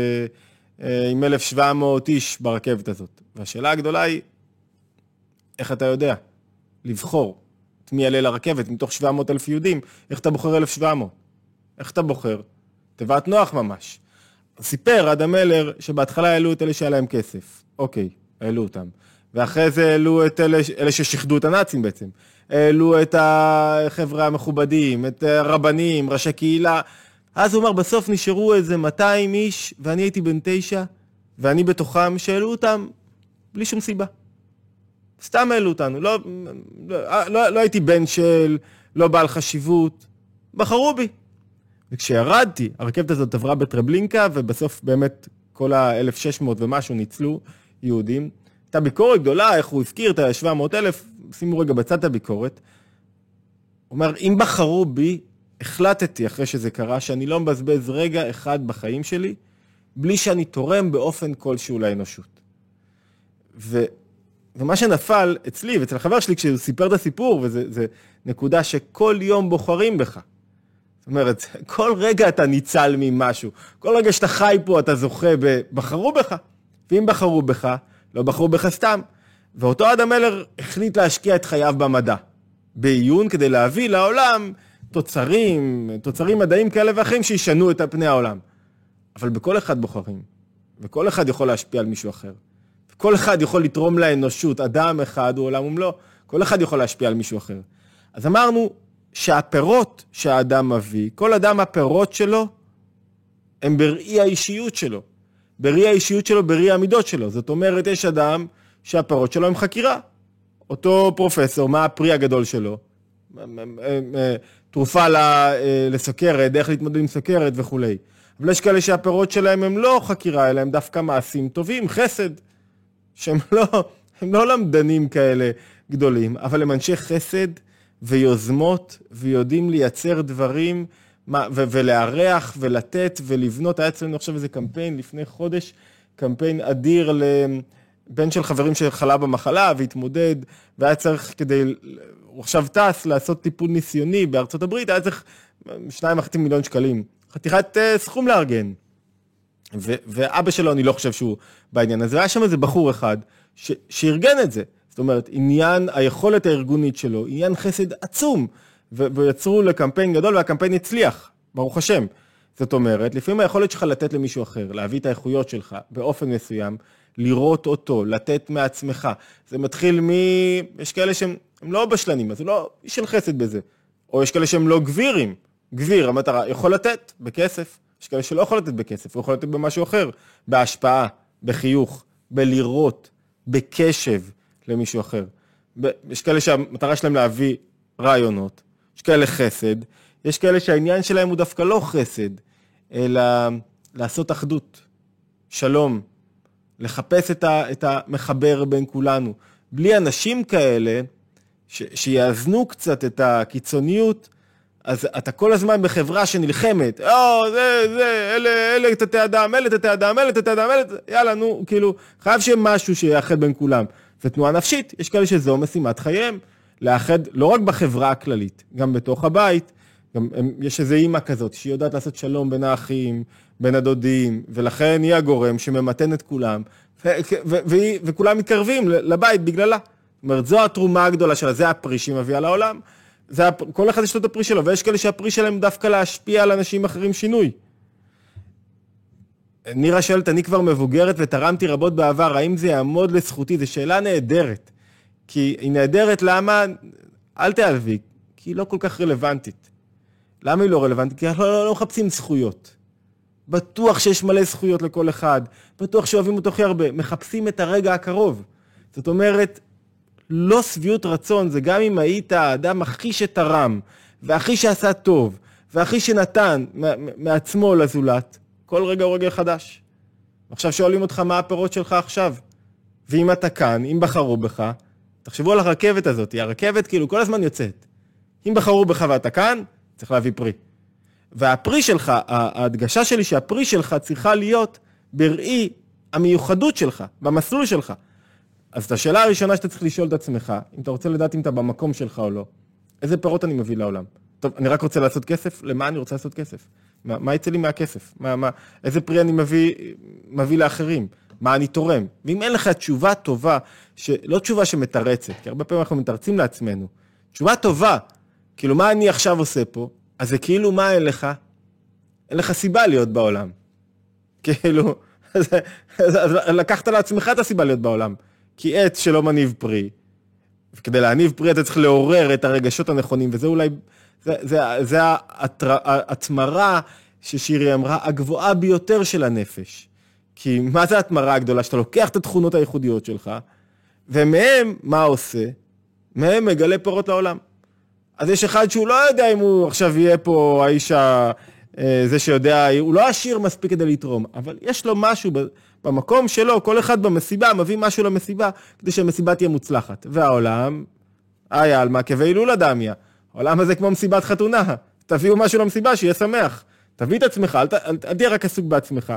עם אלף ושבע מאות איש ברכבת הזאת. והשאלה הגדולה היא, איך אתה יודע לבחור את מי יעלה לרכבת מתוך שבע מאות אלף יהודים, איך אתה בוחר אלף ושבע מאות? איך אתה בוחר? תיבת נוח ממש. סיפר אדם מלר שבהתחלה העלו את אלה שהיה להם כסף. אוקיי, העלו אותם. ואחרי זה העלו את אלה, אלה ששחדו את הנאצים בעצם. העלו את החבר'ה המכובדים, את הרבנים, ראשי קהילה. אז הוא אומר, בסוף נשארו איזה מאתיים איש, ואני הייתי בן תשע, ואני בתוכם שהעלו אותם בלי שום סיבה. סתם העלו אותנו. לא, לא, לא, לא הייתי בן של, לא בעל חשיבות. בחרו בי. וכשירדתי, הרכבת הזאת עברה בטרבלינקה, ובסוף באמת כל ה-אלף ושש מאות ומשהו ניצלו יהודים. הייתה ביקורת גדולה, איך הוא הפקיר את ה-שבע מאות אלף, שימו רגע בצד הביקורת. הוא אומר, אם בחרו בי, החלטתי אחרי שזה קרה, שאני לא מבזבז רגע אחד בחיים שלי, בלי שאני תורם באופן כלשהו לאנושות. ו... ומה שנפל אצלי, ואצל החבר שלי, כשהוא סיפר את הסיפור, וזו נקודה שכל יום בוחרים בך. זאת אומרת, כל רגע אתה ניצל ממשהו. כל רגע שאתה חי פה, אתה זוכה בחרו בך. ואם בחרו בך, לא בחרו בך סתם. ואותו אדם מלר החליט להשקיע את חייו במדע. בעיון כדי להביא לעולם תוצרים, תוצרים מדעיים כאלה ואחרים שישנו את פני העולם. אבל בכל אחד בוחרים. וכל אחד יכול להשפיע על מישהו אחר. וכל אחד יכול לתרום לאנושות. אדם אחד הוא עולם ומלוא. כל אחד יכול להשפיע על מישהו אחר. אז אמרנו, שהפירות שהאדם מביא, כל אדם הפירות שלו, הם בראי האישיות שלו. בראי האישיות שלו, בראי המידות שלו. זאת אומרת, יש אדם שהפירות שלו הם חקירה. אותו פרופסור, מה הפרי הגדול שלו? תרופה לסוכרת, איך להתמודד עם סוכרת וכו'. אבל יש כאלה שהפירות שלהם הם לא חקירה, אלא הם דווקא מעשים טובים, חסד, שהם לא, הם לא למדנים כאלה גדולים, אבל הם אנשי חסד ויוזמות, ויודעים לייצר דברים, ו- ולארח ולתת ולבנות. היה אצלנו עכשיו איזה קמפיין לפני חודש, קמפיין אדיר לבן של חברים שחלה במחלה והתמודד, והיה צריך כדי, הוא עכשיו טס לעשות טיפול ניסיוני בארצות הברית, היה צריך שניים וחצי מיליון שקלים, חתיכת uh, סכום לארגן. ו- ואבא שלו, אני לא חושב שהוא בעניין הזה, היה שם איזה בחור אחד ש- שארגן את זה. זאת אומרת, עניין היכולת הארגונית שלו, עניין חסד עצום, ו- ויצרו לקמפיין גדול, והקמפיין הצליח, ברוך השם. זאת אומרת, לפעמים היכולת שלך לתת למישהו אחר, להביא את האיכויות שלך באופן מסוים, לראות אותו, לתת מעצמך. זה מתחיל מ... יש כאלה שהם לא בשלנים, אז הוא לא איש של חסד בזה. או יש כאלה שהם לא גבירים. גביר, המטרה, יכול לתת בכסף. יש כאלה שלא יכול לתת בכסף, הוא יכול לתת במשהו אחר. בהשפעה, בחיוך, בלראות, בקשב למישהו אחר. יש כאלה שהמטרה שלהם להביא רעיונות. יש כאלה חסד. יש כאלה שהעניין שלהם הוא דווקא לא חסד, אלא לעשות אחדות, שלום, לחפש את, ה, את המחבר בין כולנו. בלי אנשים כאלה, ש, שיאזנו קצת את הקיצוניות, אז אתה כל הזמן בחברה שנלחמת, או, זה, זה, אלה, אלה תתי אדם, אלה תתי אדם, אלה תתי אדם, אלה, יאללה, נו, כאילו, חייב שיהיה משהו שיאחד בין כולם. זה תנועה נפשית, יש כאלה שזו משימת חייהם, לאחד לא רק בחברה הכללית, גם בתוך הבית, גם יש איזו אימא כזאת, שהיא יודעת לעשות שלום בין האחים, בין הדודים, ולכן היא הגורם שממתן את כולם, ו- ו- ו- וכולם מתקרבים לבית בגללה. זאת אומרת, זו התרומה הגדולה שלה, זה הפרי שהיא מביאה לעולם. זה, כל אחד יש לו את הפרי שלו, ויש כאלה שהפרי שלהם דווקא להשפיע על אנשים אחרים שינוי. נירה שואלת, אני כבר מבוגרת ותרמתי רבות בעבר, האם זה יעמוד לזכותי? זו שאלה נהדרת. כי היא נהדרת, למה? אל תעלבי, כי היא לא כל כך רלוונטית. למה היא לא רלוונטית? כי אנחנו לא, לא מחפשים זכויות. בטוח שיש מלא זכויות לכל אחד, בטוח שאוהבים אותו הכי הרבה, מחפשים את הרגע הקרוב. זאת אומרת, לא סביות רצון, זה גם אם היית האדם הכי שתרם, והכי שעשה טוב, והכי שנתן מעצמו לזולת, כל רגע הוא רגע חדש. עכשיו שואלים אותך מה הפירות שלך עכשיו. ואם אתה כאן, אם בחרו בך, תחשבו על הרכבת הזאת, הרכבת כאילו כל הזמן יוצאת. אם בחרו בך ואתה כאן, צריך להביא פרי. והפרי שלך, ההדגשה שלי שהפרי שלך צריכה להיות בראי המיוחדות שלך, במסלול שלך. אז את השאלה הראשונה שאתה צריך לשאול את עצמך, אם אתה רוצה לדעת אם אתה במקום שלך או לא, איזה פירות אני מביא לעולם? טוב, אני רק רוצה לעשות כסף? למה אני רוצה לעשות כסף? מה, מה יצא לי מהכסף? מה, מה, איזה פרי אני מביא, מביא לאחרים? מה אני תורם? ואם אין לך תשובה טובה, לא תשובה שמתרצת, כי הרבה פעמים אנחנו מתרצים לעצמנו, תשובה טובה, כאילו מה אני עכשיו עושה פה? אז זה כאילו מה אין לך? אין לך סיבה להיות בעולם. כאילו, אז, אז, אז לקחת לעצמך את הסיבה להיות בעולם. כי עץ שלא מניב פרי, וכדי להניב פרי אתה צריך לעורר את הרגשות הנכונים, וזה אולי, זה, זה, זה התמרה ששירי אמרה, הגבוהה ביותר של הנפש. כי מה זה התמרה הגדולה? שאתה לוקח את התכונות הייחודיות שלך, ומהם מה עושה? מהם מגלה פירות לעולם. אז יש אחד שהוא לא יודע אם הוא עכשיו יהיה פה האיש זה שיודע, הוא לא עשיר מספיק כדי לתרום, אבל יש לו משהו במקום שלו, כל אחד במסיבה מביא משהו למסיבה, כדי שהמסיבה תהיה מוצלחת. והעולם, היה על מה כבהילולה דמיא, העולם הזה כמו מסיבת חתונה, תביאו משהו למסיבה שיהיה שמח, תביא את עצמך, אל, אל, אל תהיה רק עסוק בעצמך.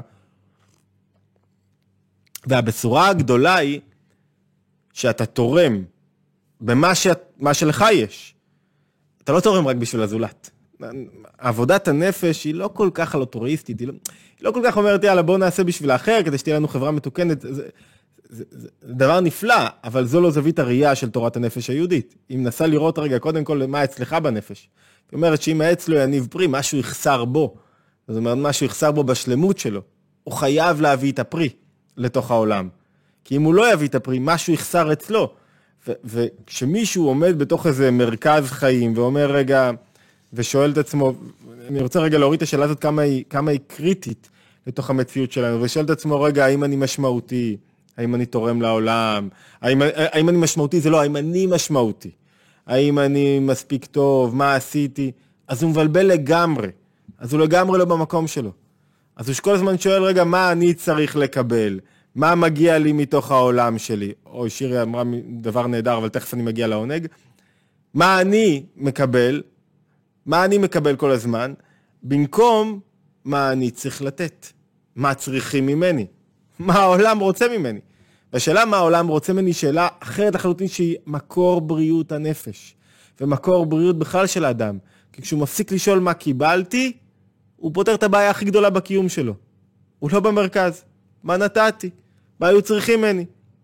והבשורה הגדולה היא, שאתה תורם במה ש... מה שלך יש. אתה לא תורם רק בשביל הזולת. עבודת הנפש היא לא כל כך אלטרואיסטית, היא לא, היא לא כל כך אומרת, יאללה, בוא נעשה בשביל האחר, כדי שתהיה לנו חברה מתוקנת. זה, זה, זה, זה דבר נפלא, אבל זו לא זווית הראייה של תורת הנפש היהודית. היא מנסה לראות רגע, קודם כל, מה אצלך בנפש. היא אומרת שאם העץ לא יניב פרי, משהו יחסר בו. זאת אומרת, משהו יחסר בו בשלמות שלו. הוא חייב להביא את הפרי לתוך העולם. כי אם הוא לא יביא את הפרי, משהו יחסר אצלו. ו- וכשמישהו עומד בתוך איזה מרכז חיים, ואומר רגע, ושואל את עצמו, אני רוצה רגע להוריד את השאלה הזאת כמה היא, כמה היא קריטית לתוך המציאות שלנו, ושואל את עצמו רגע, האם אני משמעותי? האם אני תורם לעולם? האם, האם אני משמעותי? זה לא, האם אני משמעותי? האם אני מספיק טוב? מה עשיתי? אז הוא מבלבל לגמרי. אז הוא לגמרי לא במקום שלו. אז הוא כל הזמן שואל, רגע, מה אני צריך לקבל? מה מגיע לי מתוך העולם שלי? או שירי אמרה דבר נהדר, אבל תכף אני מגיע לעונג. מה אני מקבל? מה אני מקבל כל הזמן? במקום מה אני צריך לתת? מה צריכים ממני? מה העולם רוצה ממני? והשאלה מה העולם רוצה ממני, שאלה אחרת לחלוטין שהיא מקור בריאות הנפש. ומקור בריאות בכלל של האדם. כי כשהוא מפסיק לשאול מה קיבלתי, הוא פותר את הבעיה הכי גדולה בקיום שלו. הוא לא במרכז. מה נתתי? מה היו צריכים ממני?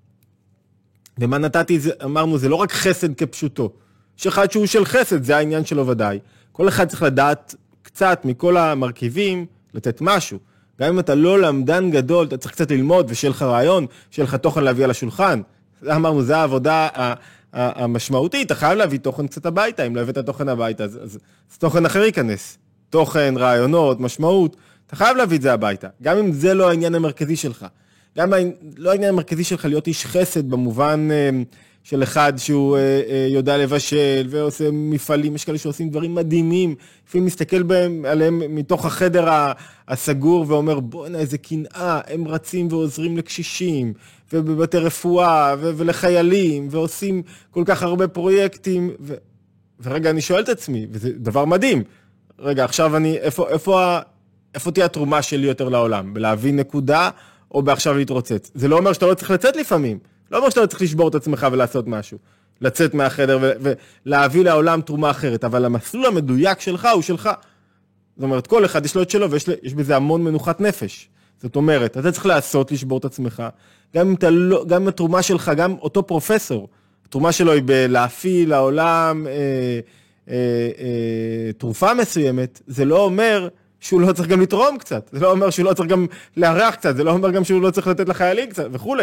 ומה נתתי, זה, אמרנו, זה לא רק חסד כפשוטו. שאחד שהוא של חסד, זה העניין שלו ודאי. כל אחד צריך לדעת קצת מכל המרכיבים, לתת משהו. גם אם אתה לא למדן גדול, אתה צריך קצת ללמוד, ושיהיה לך רעיון, שיהיה לך תוכן להביא על השולחן. זה אמרנו, זה העבודה המשמעותית, אתה חייב להביא תוכן קצת הביתה, אם לא הבאת תוכן הביתה, אז, אז, אז תוכן אחר ייכנס. תוכן, רעיונות, משמעות, אתה חייב להביא את זה הביתה. גם אם זה לא העניין המרכזי שלך. גם לא העניין המרכזי שלך להיות איש חסד, במובן של אחד שהוא יודע לבשל, ועושה מפעלים, יש כאלה שעושים דברים מדהימים, לפעמים מסתכל בהם עליהם מתוך החדר הסגור, ואומר, בוא נה, איזה קנאה, הם רצים ועוזרים לקשישים, ובבתי רפואה, ו- ולחיילים, ועושים כל כך הרבה פרויקטים, ו- ורגע, אני שואל את עצמי, וזה דבר מדהים, רגע, עכשיו אני, איפה, איפה, איפה תהיה התרומה שלי יותר לעולם? בלהבין נקודה, או בעכשיו להתרוצץ? זה לא אומר שאתה לא צריך לצאת לפעמים, לא אומר שאתה לא צריך לשבור את עצמך ולעשות משהו, לצאת מהחדר ו- ולהביא לעולם תרומה אחרת, אבל המסלול המדויק שלך הוא שלך. זאת אומרת, כל אחד יש לו את שלו, ויש בזה המון מנוחת נפש. זאת אומרת, אתה צריך לעשות, לשבור את עצמך, גם אם, אתה לא, גם אם התרומה שלך, גם אותו פרופסור, התרומה שלו היא בלהפעיל לעולם אה, אה, אה, תרופה מסוימת, זה לא אומר שהוא לא צריך גם לתרום קצת, זה לא אומר שהוא לא צריך גם לארח קצת, זה לא אומר גם שהוא לא צריך לתת לחיילים קצת וכו'.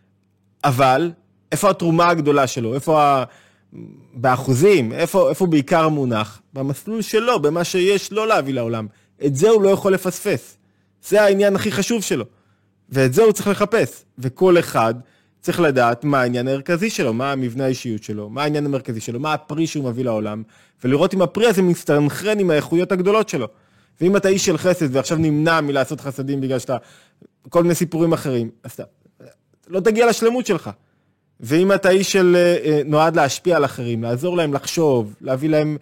אבל, איפה התרומה הגדולה שלו? איפה ה... באחוזים? איפה, איפה בעיקר מונח? במסלול שלו, במה שיש לא להביא לעולם. את זה הוא לא יכול לפספס. זה העניין הכי חשוב שלו. ואת זה הוא צריך לחפש. וכל אחד צריך לדעת מה העניין המרכזי שלו, מה המבנה האישיות שלו, מה העניין המרכזי שלו, מה הפרי שהוא מביא לעולם, ולראות אם הפרי הזה מסתנכרן עם האיכויות הגדולות שלו. ואם אתה איש של חסד ועכשיו נמנע מלעשות חסדים בגלל שאתה, כל מיני סיפורים אחרים, אז אתה לא תגיע לשלמות שלך. ואם אתה איש של נועד להשפיע על אחרים, לעזור להם לחשוב, להביא להם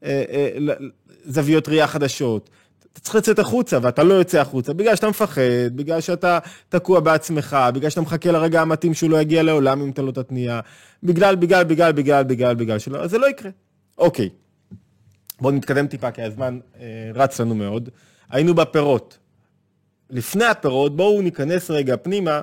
זוויות ראייה חדשות, אתה צריך לצאת החוצה, ואתה לא יוצא החוצה, בגלל שאתה מפחד, בגלל שאתה תקוע בעצמך, בגלל שאתה מחכה לרגע המתאים שהוא לא יגיע לעולם אם אתה לא תתניע, בגלל, בגלל, בגלל, בגלל, בגלל, בגלל שלא, אז זה לא יקרה. אוקיי, בואו נתקדם טיפה, כי הזמן אה, רץ לנו מאוד. היינו בפירות. לפני הפירות, בואו ניכנס רגע פנימה,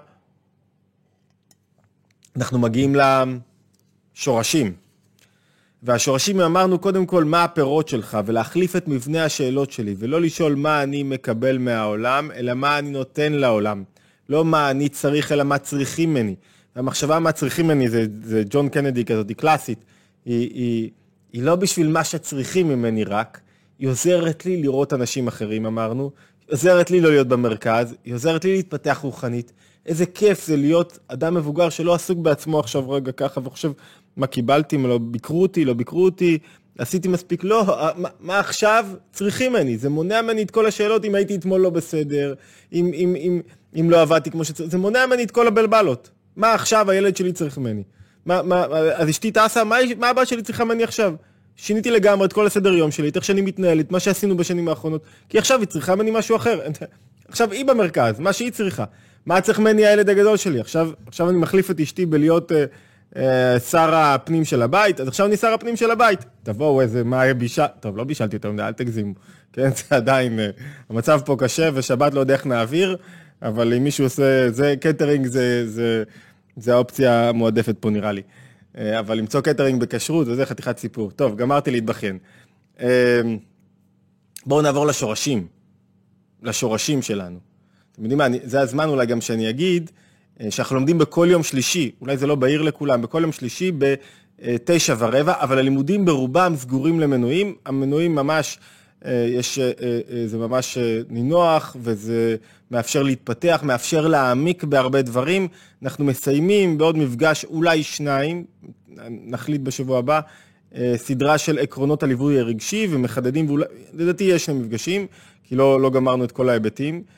אנחנו מגיעים לשורשים. והשורשים אמרנו קודם כל מה הפירות שלך, ולהחליף את מבנה השאלות שלי, ולא לשאול מה אני מקבל מהעולם, אלא מה אני נותן לעולם. לא מה אני צריך, אלא מה צריכים ממני. והמחשבה מה צריכים ממני, זה, זה ג'ון קנדי כזאת, היא קלאסית. היא, היא, היא לא בשביל מה שצריכים ממני רק, היא עוזרת לי לראות אנשים אחרים, אמרנו. היא עוזרת לי לא להיות במרכז, היא עוזרת לי להתפתח רוחנית. איזה כיף זה להיות אדם מבוגר שלא עסוק בעצמו עכשיו רגע ככה, וחושב מה קיבלתי, מה לא ביקרו אותי, לא ביקרו אותי, עשיתי מספיק, לא, מה, מה עכשיו צריכים ממני? זה מונע ממני את כל השאלות, אם הייתי אתמול לא בסדר, אם, אם, אם, אם לא עבדתי כמו שצריך, זה מונע ממני את כל הבלבלות. מה עכשיו הילד שלי צריך ממני? מה, מה, אז אשתי תעשה, מה, מה הבא שלי צריכה ממני עכשיו? שיניתי לגמרי את כל הסדר יום שלי, את איך שאני מתנהלת, מה שעשינו בשנים האחרונות, כי עכשיו היא צריכה ממני משהו אחר. עכשיו היא במרכז, מה שהיא צריכה. מה צריך ממני הילד הגדול שלי? עכשיו, עכשיו אני מחליף את אשתי בלהיות אה, אה, שר הפנים של הבית, אז עכשיו אני שר הפנים של הבית. תבואו איזה, מה היה בישל... טוב, לא בישלתי יותר מדי, אל תגזימו. כן, זה עדיין, אה, המצב פה קשה, ושבת לא יודע איך נעביר, אבל אם מישהו עושה, זה, קטרינג זה, זה, זה האופציה המועדפת פה נראה לי. אה, אבל למצוא קטרינג בכשרות, וזה חתיכת סיפור. טוב, גמרתי להתבכיין. אה, בואו נעבור לשורשים, לשורשים שלנו. אתם יודעים מה, זה הזמן אולי גם שאני אגיד, שאנחנו לומדים בכל יום שלישי, אולי זה לא בהיר לכולם, בכל יום שלישי בתשע ורבע, אבל הלימודים ברובם סגורים למנויים, המנויים ממש, יש, זה ממש נינוח, וזה מאפשר להתפתח, מאפשר להעמיק בהרבה דברים, אנחנו מסיימים בעוד מפגש, אולי שניים, נחליט בשבוע הבא, סדרה של עקרונות הליווי הרגשי, ומחדדים, ואולי, לדעתי יש שני מפגשים, כי לא, לא גמרנו את כל ההיבטים,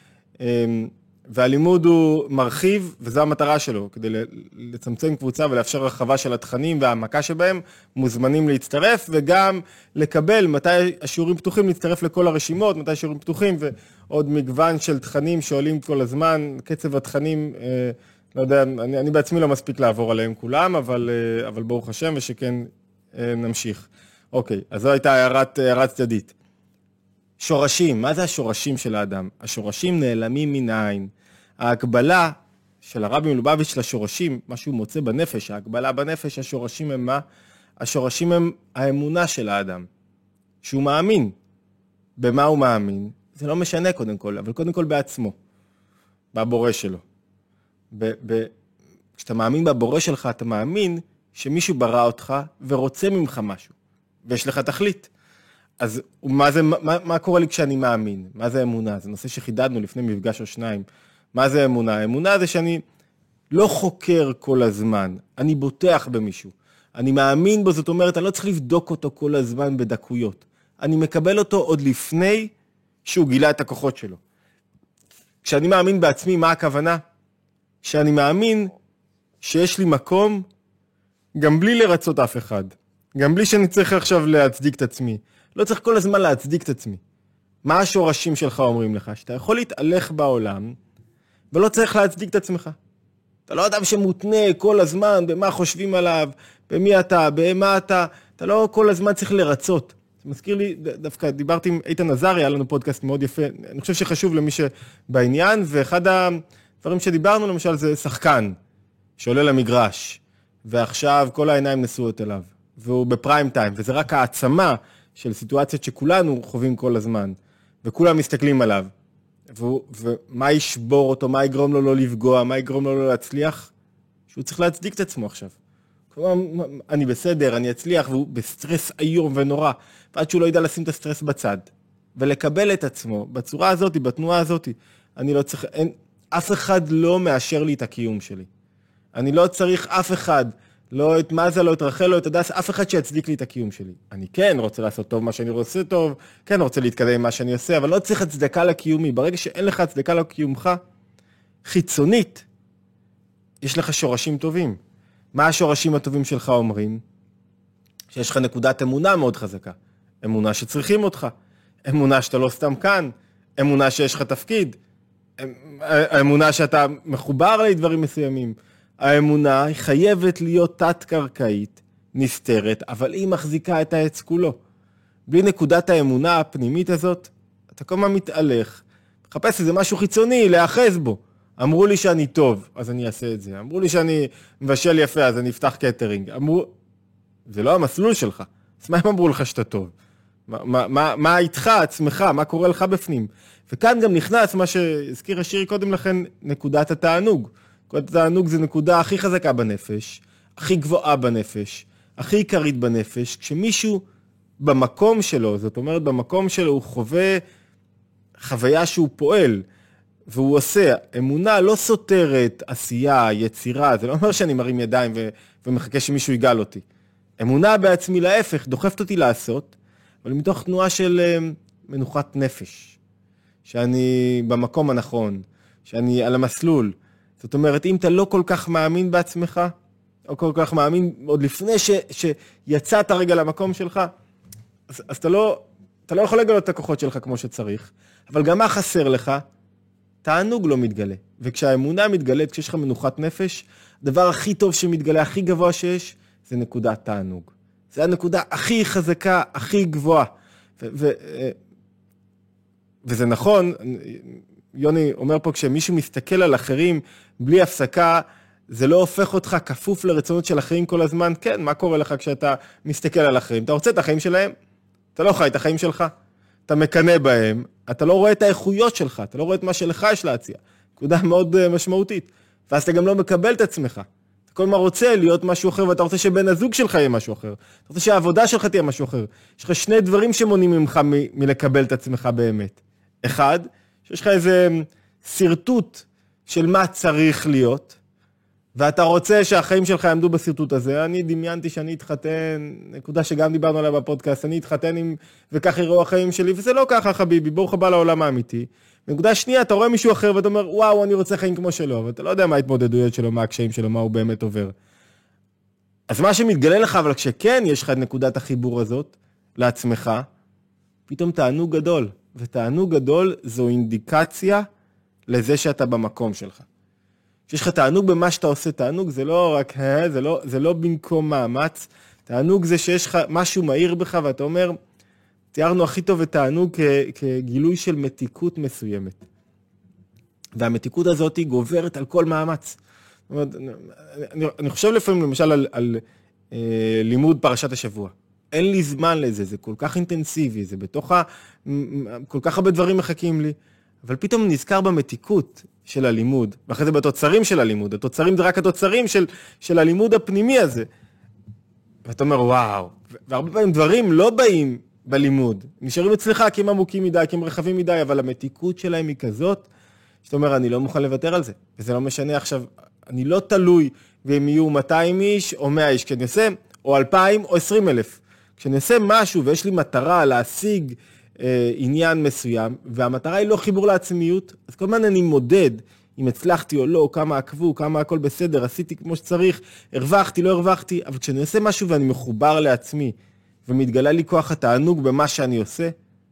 והלימוד הוא מרחיב, וזו המטרה שלו, כדי לצמצם קבוצה ולאפשר רחבה של התכנים והעמקה שבהם, מוזמנים להצטרף, וגם לקבל מתי השיעורים פתוחים, להצטרף לכל הרשימות, מתי השיעורים פתוחים, ועוד מגוון של תכנים שעולים כל הזמן, קצב התכנים, לא יודע, אני, אני בעצמי לא מספיק לעבור עליהם כולם, אבל, אבל ברוך השם, ושכן נמשיך. אוקיי, אז זו הייתה הערת, הערת צדדית. שורשים, מה זה השורשים של האדם? השורשים נעלמים מן העין. ההקבלה של הרבי מלובביץ' לשורשים, מה שהוא מוצא בנפש, ההקבלה בנפש, השורשים הם מה? השורשים הם האמונה של האדם, שהוא מאמין. במה הוא מאמין? זה לא משנה קודם כל, אבל קודם כל בעצמו, בבורא שלו. ב- ב- כשאתה מאמין בבורא שלך, אתה מאמין שמישהו ברא אותך ורוצה ממך משהו, ויש לך תכלית. אז מה, זה, מה, מה קורה לי כשאני מאמין? מה זה אמונה? זה נושא שחידדנו לפני מפגש או שניים. מה זה אמונה? אמונה זה שאני לא חוקר כל הזמן, אני בוטח במישהו. אני מאמין בו, זאת אומרת, אני לא צריך לבדוק אותו כל הזמן בדקויות. אני מקבל אותו עוד לפני שהוא גילה את הכוחות שלו. כשאני מאמין בעצמי, מה הכוונה? שאני מאמין שיש לי מקום גם בלי לרצות אף אחד. גם בלי שאני צריך עכשיו להצדיק את עצמי. לא צריך כל הזמן להצדיק את עצמי. מה השורשים שלך אומרים לך? שאתה יכול להתהלך בעולם, ולא צריך להצדיק את עצמך. אתה לא אדם שמותנה כל הזמן במה חושבים עליו, במי אתה, במה אתה, אתה לא כל הזמן צריך לרצות. זה מזכיר לי, דווקא דיברתי עם איתן עזרי, היה לנו פודקאסט מאוד יפה, אני חושב שחשוב למי שבעניין, ואחד הדברים שדיברנו למשל זה שחקן, שעולה למגרש, ועכשיו כל העיניים נשואות אליו, והוא בפריים טיים, וזה רק העצמה של סיטואציות שכולנו חווים כל הזמן, וכולם מסתכלים עליו, והוא, ומה ישבור אותו, מה יגרום לו לא לפגוע, מה יגרום לו לא להצליח, שהוא צריך להצדיק את עצמו עכשיו. כלומר, אני בסדר, אני אצליח, והוא בסטרס איום ונורא, ועד שהוא לא ידע לשים את הסטרס בצד, ולקבל את עצמו, בצורה הזאת, בתנועה הזאת, אני לא צריך, אין, אף אחד לא מאשר לי את הקיום שלי. אני לא צריך אף אחד, לא את מזה, לא את רחל, לא את הדס, אף אחד שיצדיק לי את הקיום שלי. אני כן רוצה לעשות טוב מה שאני רוצה טוב, כן רוצה להתקדם עם מה שאני עושה, אבל לא צריך הצדקה לקיומי. ברגע שאין לך הצדקה לקיומך, חיצונית, יש לך שורשים טובים. מה השורשים הטובים שלך אומרים? שיש לך נקודת אמונה מאוד חזקה. אמונה שצריכים אותך. אמונה שאתה לא סתם כאן. אמונה שיש לך תפקיד. אמונה שאתה מחובר לדברים מסוימים. האמונה היא חייבת להיות תת-קרקעית, נסתרת, אבל היא מחזיקה את העץ כולו. בלי נקודת האמונה הפנימית הזאת, אתה כל הזמן מתהלך, מחפש איזה משהו חיצוני, להאחז בו. אמרו לי שאני טוב, אז אני אעשה את זה. אמרו לי שאני מבשל יפה, אז אני אפתח קטרינג. אמרו, זה לא המסלול שלך. אז מה הם אמרו לך שאתה טוב? מה, מה, מה, מה איתך, עצמך, מה קורה לך בפנים? וכאן גם נכנס מה שהזכיר השירי קודם לכן, נקודת התענוג. נקודת התענוג זה נקודה הכי חזקה בנפש, הכי גבוהה בנפש, הכי עיקרית בנפש, כשמישהו במקום שלו, זאת אומרת במקום שלו הוא חווה חוויה שהוא פועל, והוא עושה, אמונה לא סותרת עשייה, יצירה, זה לא אומר שאני מרים ידיים ו- ומחכה שמישהו יגל אותי. אמונה בעצמי להפך, דוחפת אותי לעשות, אבל מתוך תנועה של מנוחת נפש, שאני במקום הנכון, שאני על המסלול. זאת אומרת, אם אתה לא כל כך מאמין בעצמך, או כל כך מאמין עוד לפני ש, שיצאת רגע למקום שלך, אז, אז אתה, לא, אתה לא יכול לגלות את הכוחות שלך כמו שצריך, אבל גם מה חסר לך? תענוג לא מתגלה. וכשהאמונה מתגלית, כשיש לך מנוחת נפש, הדבר הכי טוב שמתגלה, הכי גבוה שיש, זה נקודת תענוג. זה הנקודה הכי חזקה, הכי גבוהה. ו- ו- וזה נכון, יוני אומר פה, כשמישהו מסתכל על אחרים בלי הפסקה, זה לא הופך אותך כפוף לרצונות של אחרים כל הזמן. כן, מה קורה לך כשאתה מסתכל על אחרים? אתה רוצה את החיים שלהם? אתה לא חי את החיים שלך. אתה מקנה בהם, אתה לא רואה את האיכויות שלך, אתה לא רואה את מה שלך יש להציע. נקודה מאוד משמעותית. ואז אתה גם לא מקבל את עצמך. אתה כל מה רוצה להיות משהו אחר, ואתה רוצה שבן הזוג שלך יהיה משהו אחר. אתה רוצה שהעבודה שלך תהיה משהו אחר. יש לך שני דברים שמונעים ממך מ- מלקבל את עצמך באמת. אחד, שיש לך איזה סרטוט של מה צריך להיות, ואתה רוצה שהחיים שלך יעמדו בסרטוט הזה, אני דמיינתי שאני אתחתן, נקודה שגם דיברנו עליה בפודקאסט, אני אתחתן עם, וכך יראו החיים שלי, וזה לא ככה חביבי, ברוך הבא לעולם האמיתי. נקודה שנייה, אתה רואה מישהו אחר ואתה אומר, וואו, אני רוצה חיים כמו שלו, אבל אתה לא יודע מה ההתמודדויות שלו, מה הקשיים שלו, מה הוא באמת עובר. אז מה שמתגלה לך, אבל כשכן יש לך את נקודת החיבור הזאת לעצמך, פתאום תענוג גדול, ותענוג גדול זו אינדיקציה לזה שאתה במקום שלך. כשיש לך תענוג במה שאתה עושה, תענוג זה לא רק, זה לא, זה לא במקום מאמץ, תענוג זה שיש לך משהו מהיר בך, ואתה אומר, תיארנו הכי טוב את תענוג כ, כגילוי של מתיקות מסוימת. והמתיקות הזאת היא גוברת על כל מאמץ. זאת אומרת, אני, אני חושב לפעמים למשל על, על אה, לימוד פרשת השבוע. אין לי זמן לזה, זה כל כך אינטנסיבי, זה בתוך ה... כל כך הרבה דברים מחכים לי, אבל פתאום נזכר במתיקות של הלימוד, ואחרי זה בתוצרים של הלימוד. התוצרים זה רק התוצרים של, של הלימוד הפנימי הזה. ואתה אומר, וואו, והרבה פעמים דברים לא באים בלימוד, נשארים אצלך כי הם עמוקים מדי, כי הם רחבים מדי, אבל המתיקות שלהם היא כזאת, שאתה אומר, אני לא מוכן לוותר על זה. וזה לא משנה עכשיו, אני לא תלוי, והם יהיו מאתיים איש או מאה איש, כשאני עושה, או אלפיים או עשרים אלף. כשאני עושה משהו ויש לי מטרה להשיג אה, עניין מסוים, והמטרה היא לא חיבור לעצמיות, אז כל הזמן אני מודד אם הצלחתי או לא, כמה עקבו, כמה הכל בסדר, עשיתי כמו שצריך, הרווחתי, לא הרווחתי, אבל כשאני עושה משהו ואני מחובר לעצמי, ומתגלה לי כוח התענוג במה שאני עושה,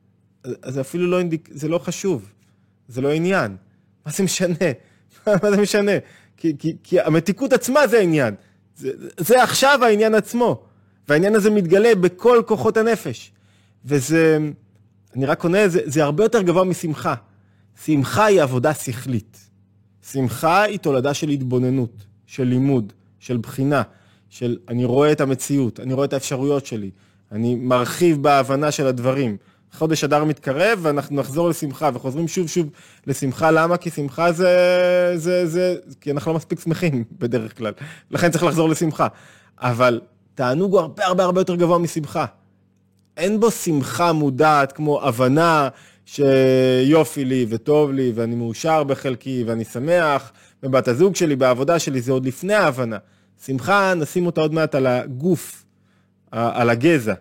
אז זה אפילו לא אינדיק... זה לא חשוב, זה לא עניין. מה זה משנה? מה זה משנה? כי, כי, כי המתיקות עצמה זה העניין. זה, זה עכשיו העניין עצמו. והעניין הזה מתגלה בכל כוחות הנפש. וזה, אני רק עונה, זה, זה הרבה יותר גבוה משמחה. שמחה היא עבודה שכלית. שמחה היא תולדה של התבוננות, של לימוד, של בחינה, של אני רואה את המציאות, אני רואה את האפשרויות שלי, אני מרחיב בהבנה של הדברים. חודש אדר מתקרב ואנחנו נחזור לשמחה, וחוזרים שוב שוב לשמחה. למה? כי שמחה זה, זה, זה, כי אנחנו לא מספיק שמחים בדרך כלל. לכן צריך לחזור לשמחה. אבל תענוג הוא הרבה הרבה הרבה יותר גבוה משמחה. אין בו שמחה מודעת כמו הבנה שיופי לי וטוב לי ואני מאושר בחלקי ואני שמח, ובת הזוג שלי בעבודה שלי זה עוד לפני ההבנה. שמחה נשים אותה עוד מעט על הגוף, על הגזע.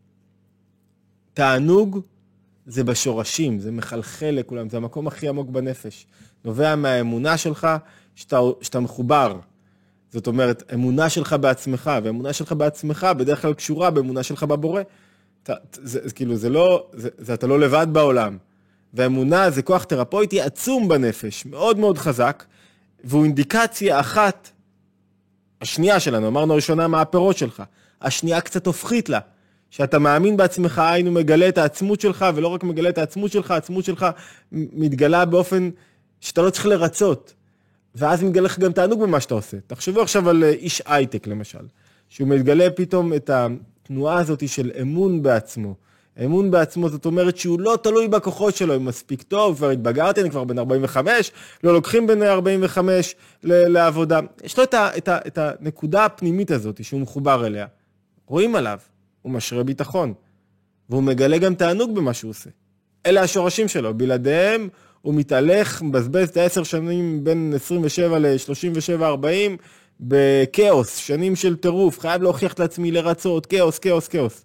תענוג זה בשורשים, זה מחלחל לכולם, זה המקום הכי עמוק בנפש. נובע מהאמונה שלך שאתה, שאתה מחובר. זאת אומרת, אמונה שלך בעצמך, ואמונה שלך בעצמך בדרך כלל קשורה באמונה שלך בבורא. אתה, זה, זה, כאילו, זה לא, זה, זה אתה לא לבד בעולם. והאמונה זה כוח תרפויטי עצום בנפש, מאוד מאוד חזק, והוא אינדיקציה אחת, השנייה שלנו, אמרנו הראשונה מה הפירות שלך, השנייה קצת הופכית לה, שאתה מאמין בעצמך, היינו מגלה את העצמות שלך, ולא רק מגלה את העצמות שלך, העצמות שלך מתגלה באופן שאתה לא צריך לרצות, ואז מתגלה לך גם תענוג במה שאתה עושה. תחשבו עכשיו על איש הייטק למשל, שהוא מתגלה פתאום את התנועה הזאת של אמון בעצמו. אמון בעצמו זאת אומרת שהוא לא תלוי בכוחות שלו, הוא מספיק טוב, כבר התבגרתי, אני כבר בן ארבעים וחמש, לא לוקחים בין ארבעים וחמש לעבודה. יש לו את, ה, את, ה, את הנקודה הפנימית הזאת שהוא מחובר אליה. רואים עליו, הוא משרה ביטחון, והוא מגלה גם תענוג במה שהוא עושה. אלה השורשים שלו, בלעדיהם הוא מתהלך, מבזבז את העשר שנים בין עשרים ושבע ל-שלושים ושבע ארבעים, בקאוס, שנים של טירוף, חייב להוכיח את עצמי לרצות, קאוס, קאוס, קאוס.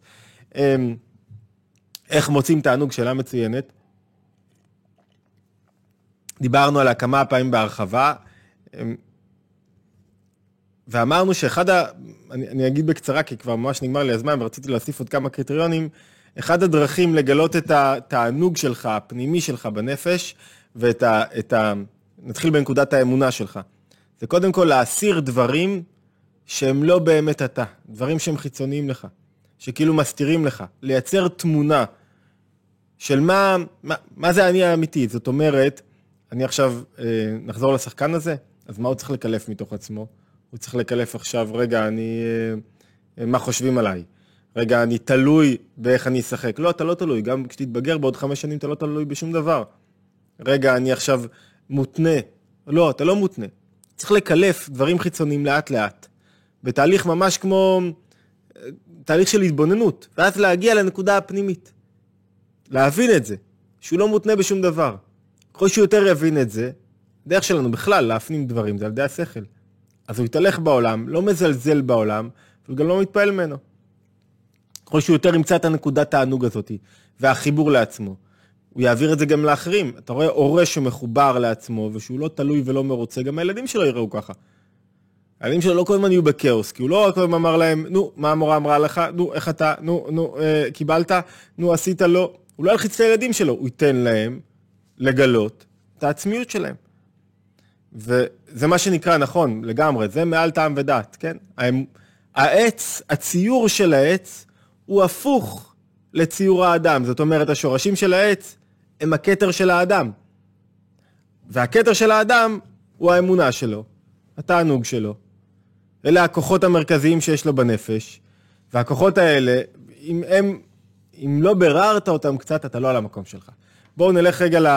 איך מוצאים תענוג? שאלה מצוינת. דיברנו עליה כמה פעמים בהרחבה, ואמרנו שאחד ה... אני, אני אגיד בקצרה, כי כבר ממש נגמר לי הזמן, ורציתי להוסיף עוד כמה קריטריונים. אחד הדרכים לגלות את התענוג שלך, הפנימי שלך בנפש, ואת ה... את ה... נתחיל בנקודת האמונה שלך. זה קודם כל להסיר דברים שהם לא באמת אתה, דברים שהם חיצוניים לך, שכאילו מסתירים לך, לייצר תמונה של מה, מה, מה זה אני האמיתי. זאת אומרת, אני עכשיו אה, נחזור לשחקן הזה, אז מה הוא צריך לקלף מתוך עצמו? הוא צריך לקלף עכשיו, רגע, אני, אה, מה חושבים עליי? רגע, אני תלוי באיך אני אשחק. לא, אתה לא תלוי, גם כשתתבגר בעוד חמש שנים אתה לא תלוי בשום דבר. רגע, אני עכשיו מותנה. לא, אתה לא מותנה. צריך לקלף דברים חיצוניים לאט לאט. בתהליך ממש כמו תהליך של התבוננות, ואז להגיע לנקודה הפנימית. להבין את זה, שהוא לא מותנה בשום דבר. ככל שהוא יותר יבין את זה, דרך שלנו בכלל להפנים דברים, זה על ידי השכל. אז הוא יתהלך בעולם, לא מזלזל בעולם, וגם לא מתפעל ממנו. ככל שהוא יותר ימצא את הנקודת תענוג הזאת, והחיבור לעצמו. הוא יעביר את זה גם לאחרים. אתה רואה הורה שמחובר לעצמו, ושהוא לא תלוי ולא מרוצה, גם הילדים שלו יראו ככה. הילדים שלו לא כל הזמן יהיו בקאוס, כי הוא לא רק אמר להם, נו, מה המורה אמרה לך, נו, איך אתה, נו, נו, אה, קיבלת, נו, עשית, לא. הוא לא ילחיץ את הילדים שלו, הוא ייתן להם לגלות את העצמיות שלהם. וזה מה שנקרא, נכון, לגמרי, זה מעל טעם ודעת, כן? העץ, הציור של העץ, הוא הפוך לציור האדם. זאת אומרת, השורשים של העץ הם הכתר של האדם. והכתר של האדם הוא האמונה שלו, התענוג שלו. אלה הכוחות המרכזיים שיש לו בנפש. והכוחות האלה, אם, הם, אם לא בררת אותם קצת, אתה לא על המקום שלך. בואו נלך רגע ל...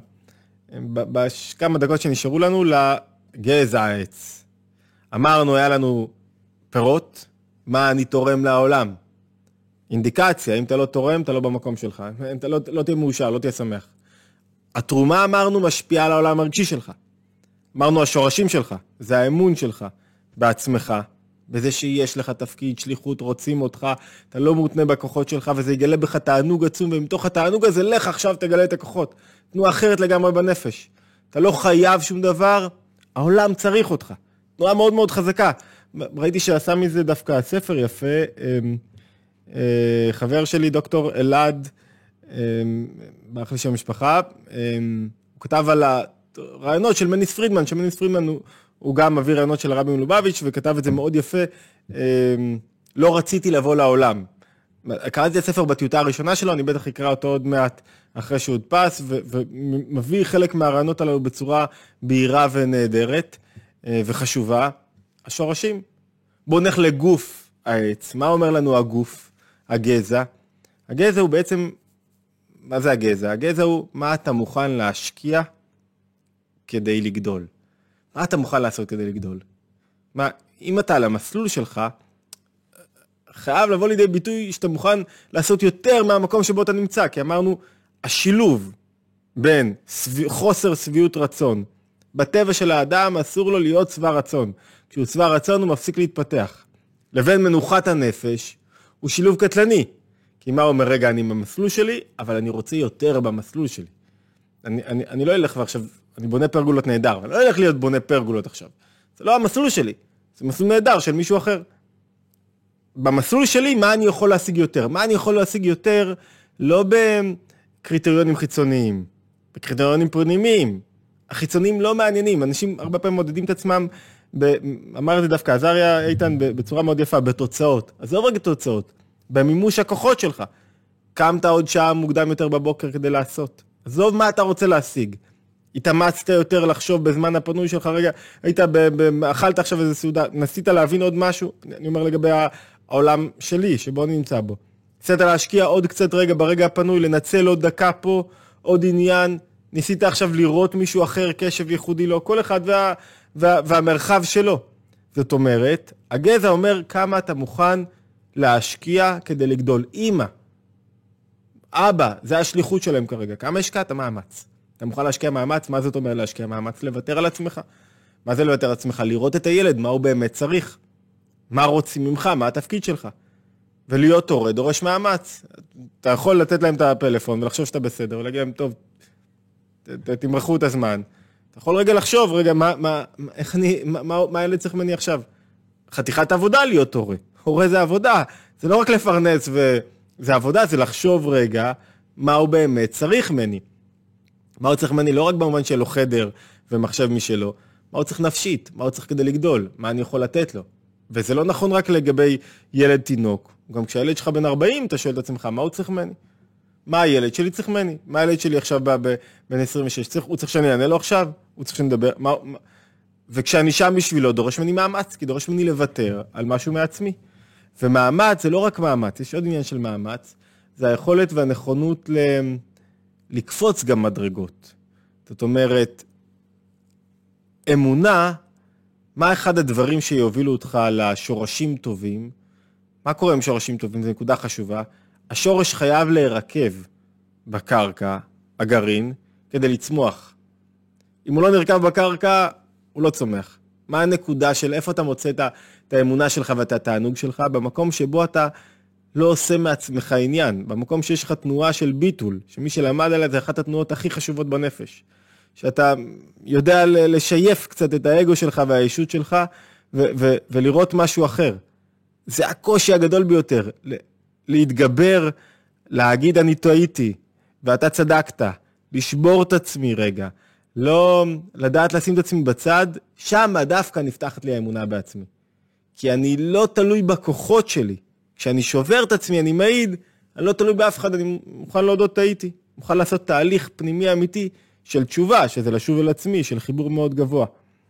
בכמה דקות שנשארו לנו לגזע העץ. אמרנו, היה לנו פירות, מה אני תורם לעולם? אינדיקציה, אם אתה לא תורם, אתה לא במקום שלך. אתה לא, לא תהיה מאושר, לא תהיה שמח. התרומה, אמרנו, משפיעה על העולם הרגשי שלך. אמרנו, השורשים שלך, זה האמון שלך בעצמך, בזה שיש לך תפקיד, שליחות, רוצים אותך, אתה לא מותנה בכוחות שלך, וזה יגלה בך תענוג עצום, ומתוך התענוג הזה, לך עכשיו תגלה את הכוחות. תנועה אחרת לגמרי בנפש. אתה לא חייב שום דבר, העולם צריך אותך. תנועה מאוד מאוד חזקה. ראיתי שעשה מזה דווקא ספר יפה, חבר שלי, דוקטור אלעד, באחלי של המשפחה, הוא כתב על הרעיונות של מניס פרידמן, שמניס פרידמן הוא, הוא גם מביא רעיונות של הרבי מלובביץ' וכתב את זה מאוד יפה, לא רציתי לבוא לעולם. קראתי את הספר בטיוטה הראשונה שלו, אני בטח אקרא אותו עוד מעט אחרי שהוא הודפס, ומביא חלק מהרעיונות עליו בצורה בהירה ונהדרת וחשובה. השורשים. בואו נלך לגוף העץ. מה אומר לנו הגוף, הגזע? הגזע הוא בעצם, מה זה הגזע? הגזע הוא מה אתה מוכן להשקיע כדי לגדול. מה אתה מוכן לעשות כדי לגדול? מה, אם אתה על המסלול שלך, חייב לבוא לידי ביטוי שאתה מוכן לעשות יותר מהמקום שבו אתה נמצא, כי אמרנו, השילוב בין סב... חוסר סביות רצון, בטבע של האדם אסור לו להיות שבע רצון. כשהוא שבע רצון הוא מפסיק להתפתח. לבין מנוחת הנפש, הוא שילוב קטלני. כי מה אומר, רגע, אני במסלול שלי, אבל אני רוצה יותר במסלול שלי. אני, אני, אני לא אלך ועכשיו, אני בונה פרגולות נהדר, אבל לא אלך להיות בונה פרגולות עכשיו. זה לא המסלול שלי, זה מסלול נהדר של מישהו אחר. במסלול שלי, מה אני יכול להשיג יותר? מה אני יכול להשיג יותר? לא בקריטריונים חיצוניים, בקריטריונים פנימיים. החיצוניים לא מעניינים, אנשים הרבה פעמים מודדים את עצמם, ב... אמרתי דווקא, עזריה איתן בצורה מאוד יפה, בתוצאות. אז לא רק תוצאות, במימוש הכוחות שלך. קמת עוד שעה מוקדם יותר בבוקר כדי לעשות. עזוב מה אתה רוצה להשיג. התאמצת יותר לחשוב בזמן הפנוי שלך, רגע, היית, ב... ב... אכלת עכשיו איזה סעודה, נסית להבין עוד משהו, אני אומר לגבי העולם שלי, שבו אני נמצא בו. ניסית להשקיע עוד קצת רגע ברגע הפנוי, לנצל עוד דקה פה, עוד עניין, ניסית עכשיו לראות מישהו אחר, קשב ייחודי לו, כל אחד וה... וה... והמרחב שלו. זאת אומרת, הגזע אומר כמה אתה מוכן להשקיע כדי לגדול. אמא, אבא, זה השליחות שלהם כרגע. כמה השקעת? מאמץ. אתה מוכן להשקיע מאמץ? מה זאת אומרת להשקיע מאמץ? לוותר על עצמך. מה זה לוותר על עצמך? לראות את הילד, מה הוא באמת צריך. מה רוצים ממך, מה התפקיד שלך. ולהיות הורה, דורש מאמץ. אתה יכול לתת להם את הפלאפון ולחשוב שאתה בסדר, ולהגיד להם, טוב, ת, ת, תמרחו את הזמן. אתה יכול רגע לחשוב, רגע, מה, מה, איך אני, מה, מה, מה הילד צריך ממני עכשיו? חתיכת עבודה להיות הורה. הורה זה עבודה. זה לא רק לפרנס וזה עבודה, זה לחשוב רגע מה הוא באמת צריך ממני. מה הוא צריך ממני לא רק במובן שלו חדר ומחשב משלו, מה הוא צריך נפשית, מה הוא צריך כדי לגדול, מה אני יכול לתת לו. וזה לא נכון רק לגבי ילד תינוק. גם כשהילד שלך בן ארבעים, אתה שואל את עצמך, מה הוא צריך ממני? מה הילד שלי צריך ממני? מה הילד שלי עכשיו בא בן עשרים ושש? צריך, הוא צריך שאני אענה לו עכשיו? הוא צריך שנדבר? מה, מה... וכשאני שם בשבילו, דורש ממני מאמץ, כי דורש ממני לוותר על משהו מעצמי. ומאמץ זה לא רק מאמץ, יש עוד עניין של מאמץ, זה היכולת והנכונות ל... לקפוץ גם מדרגות. זאת אומרת, אמונה, מה אחד הדברים שיובילו אותך לשורשים טובים? מה קורה עם שורשים טובים? זו נקודה חשובה. השורש חייב להירקב בקרקע, הגרעין, כדי לצמוח. אם הוא לא נרקב בקרקע, הוא לא צומח. מה הנקודה של איפה אתה מוצא את, ה, את האמונה שלך ואת התענוג שלך? במקום שבו אתה לא עושה מעצמך עניין, במקום שיש לך תנועה של ביטול, שמי שלמד עליה זה אחת התנועות הכי חשובות בנפש. שאתה יודע לשייף קצת את האגו שלך והאישות שלך, ו- ו- ולראות משהו אחר. זה הקושי הגדול ביותר, להתגבר, להגיד אני טעיתי, ואתה צדקת, לשבור את עצמי רגע, לא לדעת לשים את עצמי בצד, שם דווקא נפתחת לי האמונה בעצמי. כי אני לא תלוי בכוחות שלי. כשאני שובר את עצמי, אני מעיד, אני לא תלוי באף אחד, אני מוכן להודות טעיתי. מוכן לעשות תהליך פנימי אמיתי של תשובה, שזה לשוב אל עצמי, של חיבור מאוד גבוה.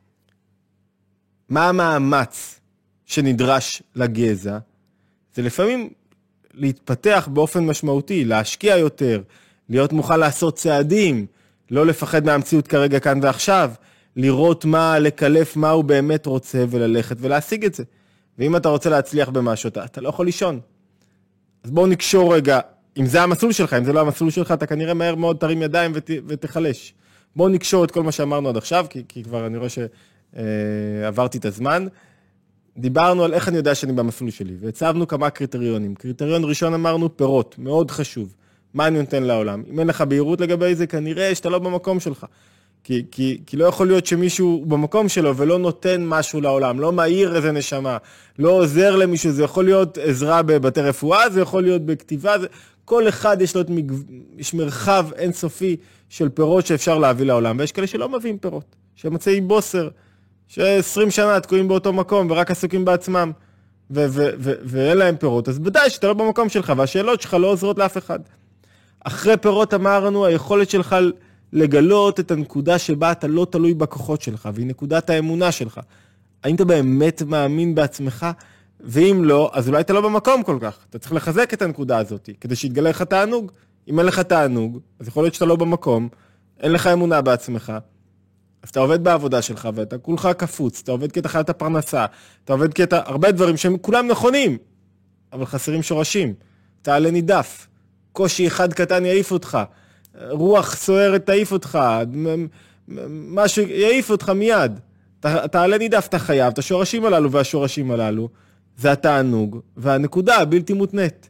מה המאמץ שנדרש לגזע? זה לפעמים להתפתח באופן משמעותי, להשקיע יותר, להיות מוכן לעשות צעדים, לא לפחד מהמציאות כרגע כאן ועכשיו, לראות מה, לקלף מה הוא באמת רוצה וללכת ולהשיג את זה. ואם אתה רוצה להצליח במשהו, אתה, אתה לא יכול לישון. אז בואו נקשור רגע, אם זה המסלול שלך, אם זה לא המסלול שלך, אתה כנראה מהר מאוד תרים ידיים ות, ותחלש. בואו נקשור את כל מה שאמרנו עד עכשיו, כי, כי כבר אני רואה שעברתי את הזמן. דיברנו על איך אני יודע שאני במסלול שלי, והצבנו כמה קריטריונים. קריטריון ראשון אמרנו פירות, מאוד חשוב. מה אני נותן לעולם? אם אין לך בהירות לגבי זה, כנראה שאתה לא במקום שלך. כי, כי, כי לא יכול להיות שמישהו במקום שלו ולא נותן משהו לעולם, לא מאיר איזה נשמה, לא עוזר למישהו, זה יכול להיות עזרה בבתי רפואה, זה יכול להיות בכתיבה, זה, כל אחד יש לו את מגו, יש מרחב אינסופי של פירות שאפשר להביא לעולם, ויש כאלה שלא מביאים פירות, שמצאי בוסר, ש-עשרים שנה תקועים באותו מקום ורק עסוקים בעצמם, ו- ו- ו- ואין להם פירות, אז בדי שאתה לא במקום שלך, והשאלות שלך לא עוזרות לאף אחד. אחרי פירות אמרנו, היכולת שלך לגלות את הנקודה שבה אתה לא תלוי בכוחות שלך, והיא נקודת האמונה שלך. האם אתה באמת מאמין בעצמך? ואם לא, אז אולי אתה לא במקום כל כך. אתה צריך לחזק את הנקודה הזאת, כדי שיתגלה לך תענוג. אם אין לך תענוג, אז יכול להיות שאתה לא במקום, אין לך אמונה בעצמך, אז אתה עובד בעבודה שלך, ואתה כולך קפוץ, אתה עובד כי אתה חי את הפרנסה, אתה עובד כי אתה, הרבה דברים שהם כולם נכונים, אבל חסרים שורשים. תעלה נידף, קושי אחד קטן יעיף אותך, רוח סוערת תעיף אותך, משהו יעיף אותך מיד. תעלה נידף, אתה חייב, את השורשים הללו והשורשים הללו, זה התענוג, והנקודה הבלתי מותנית.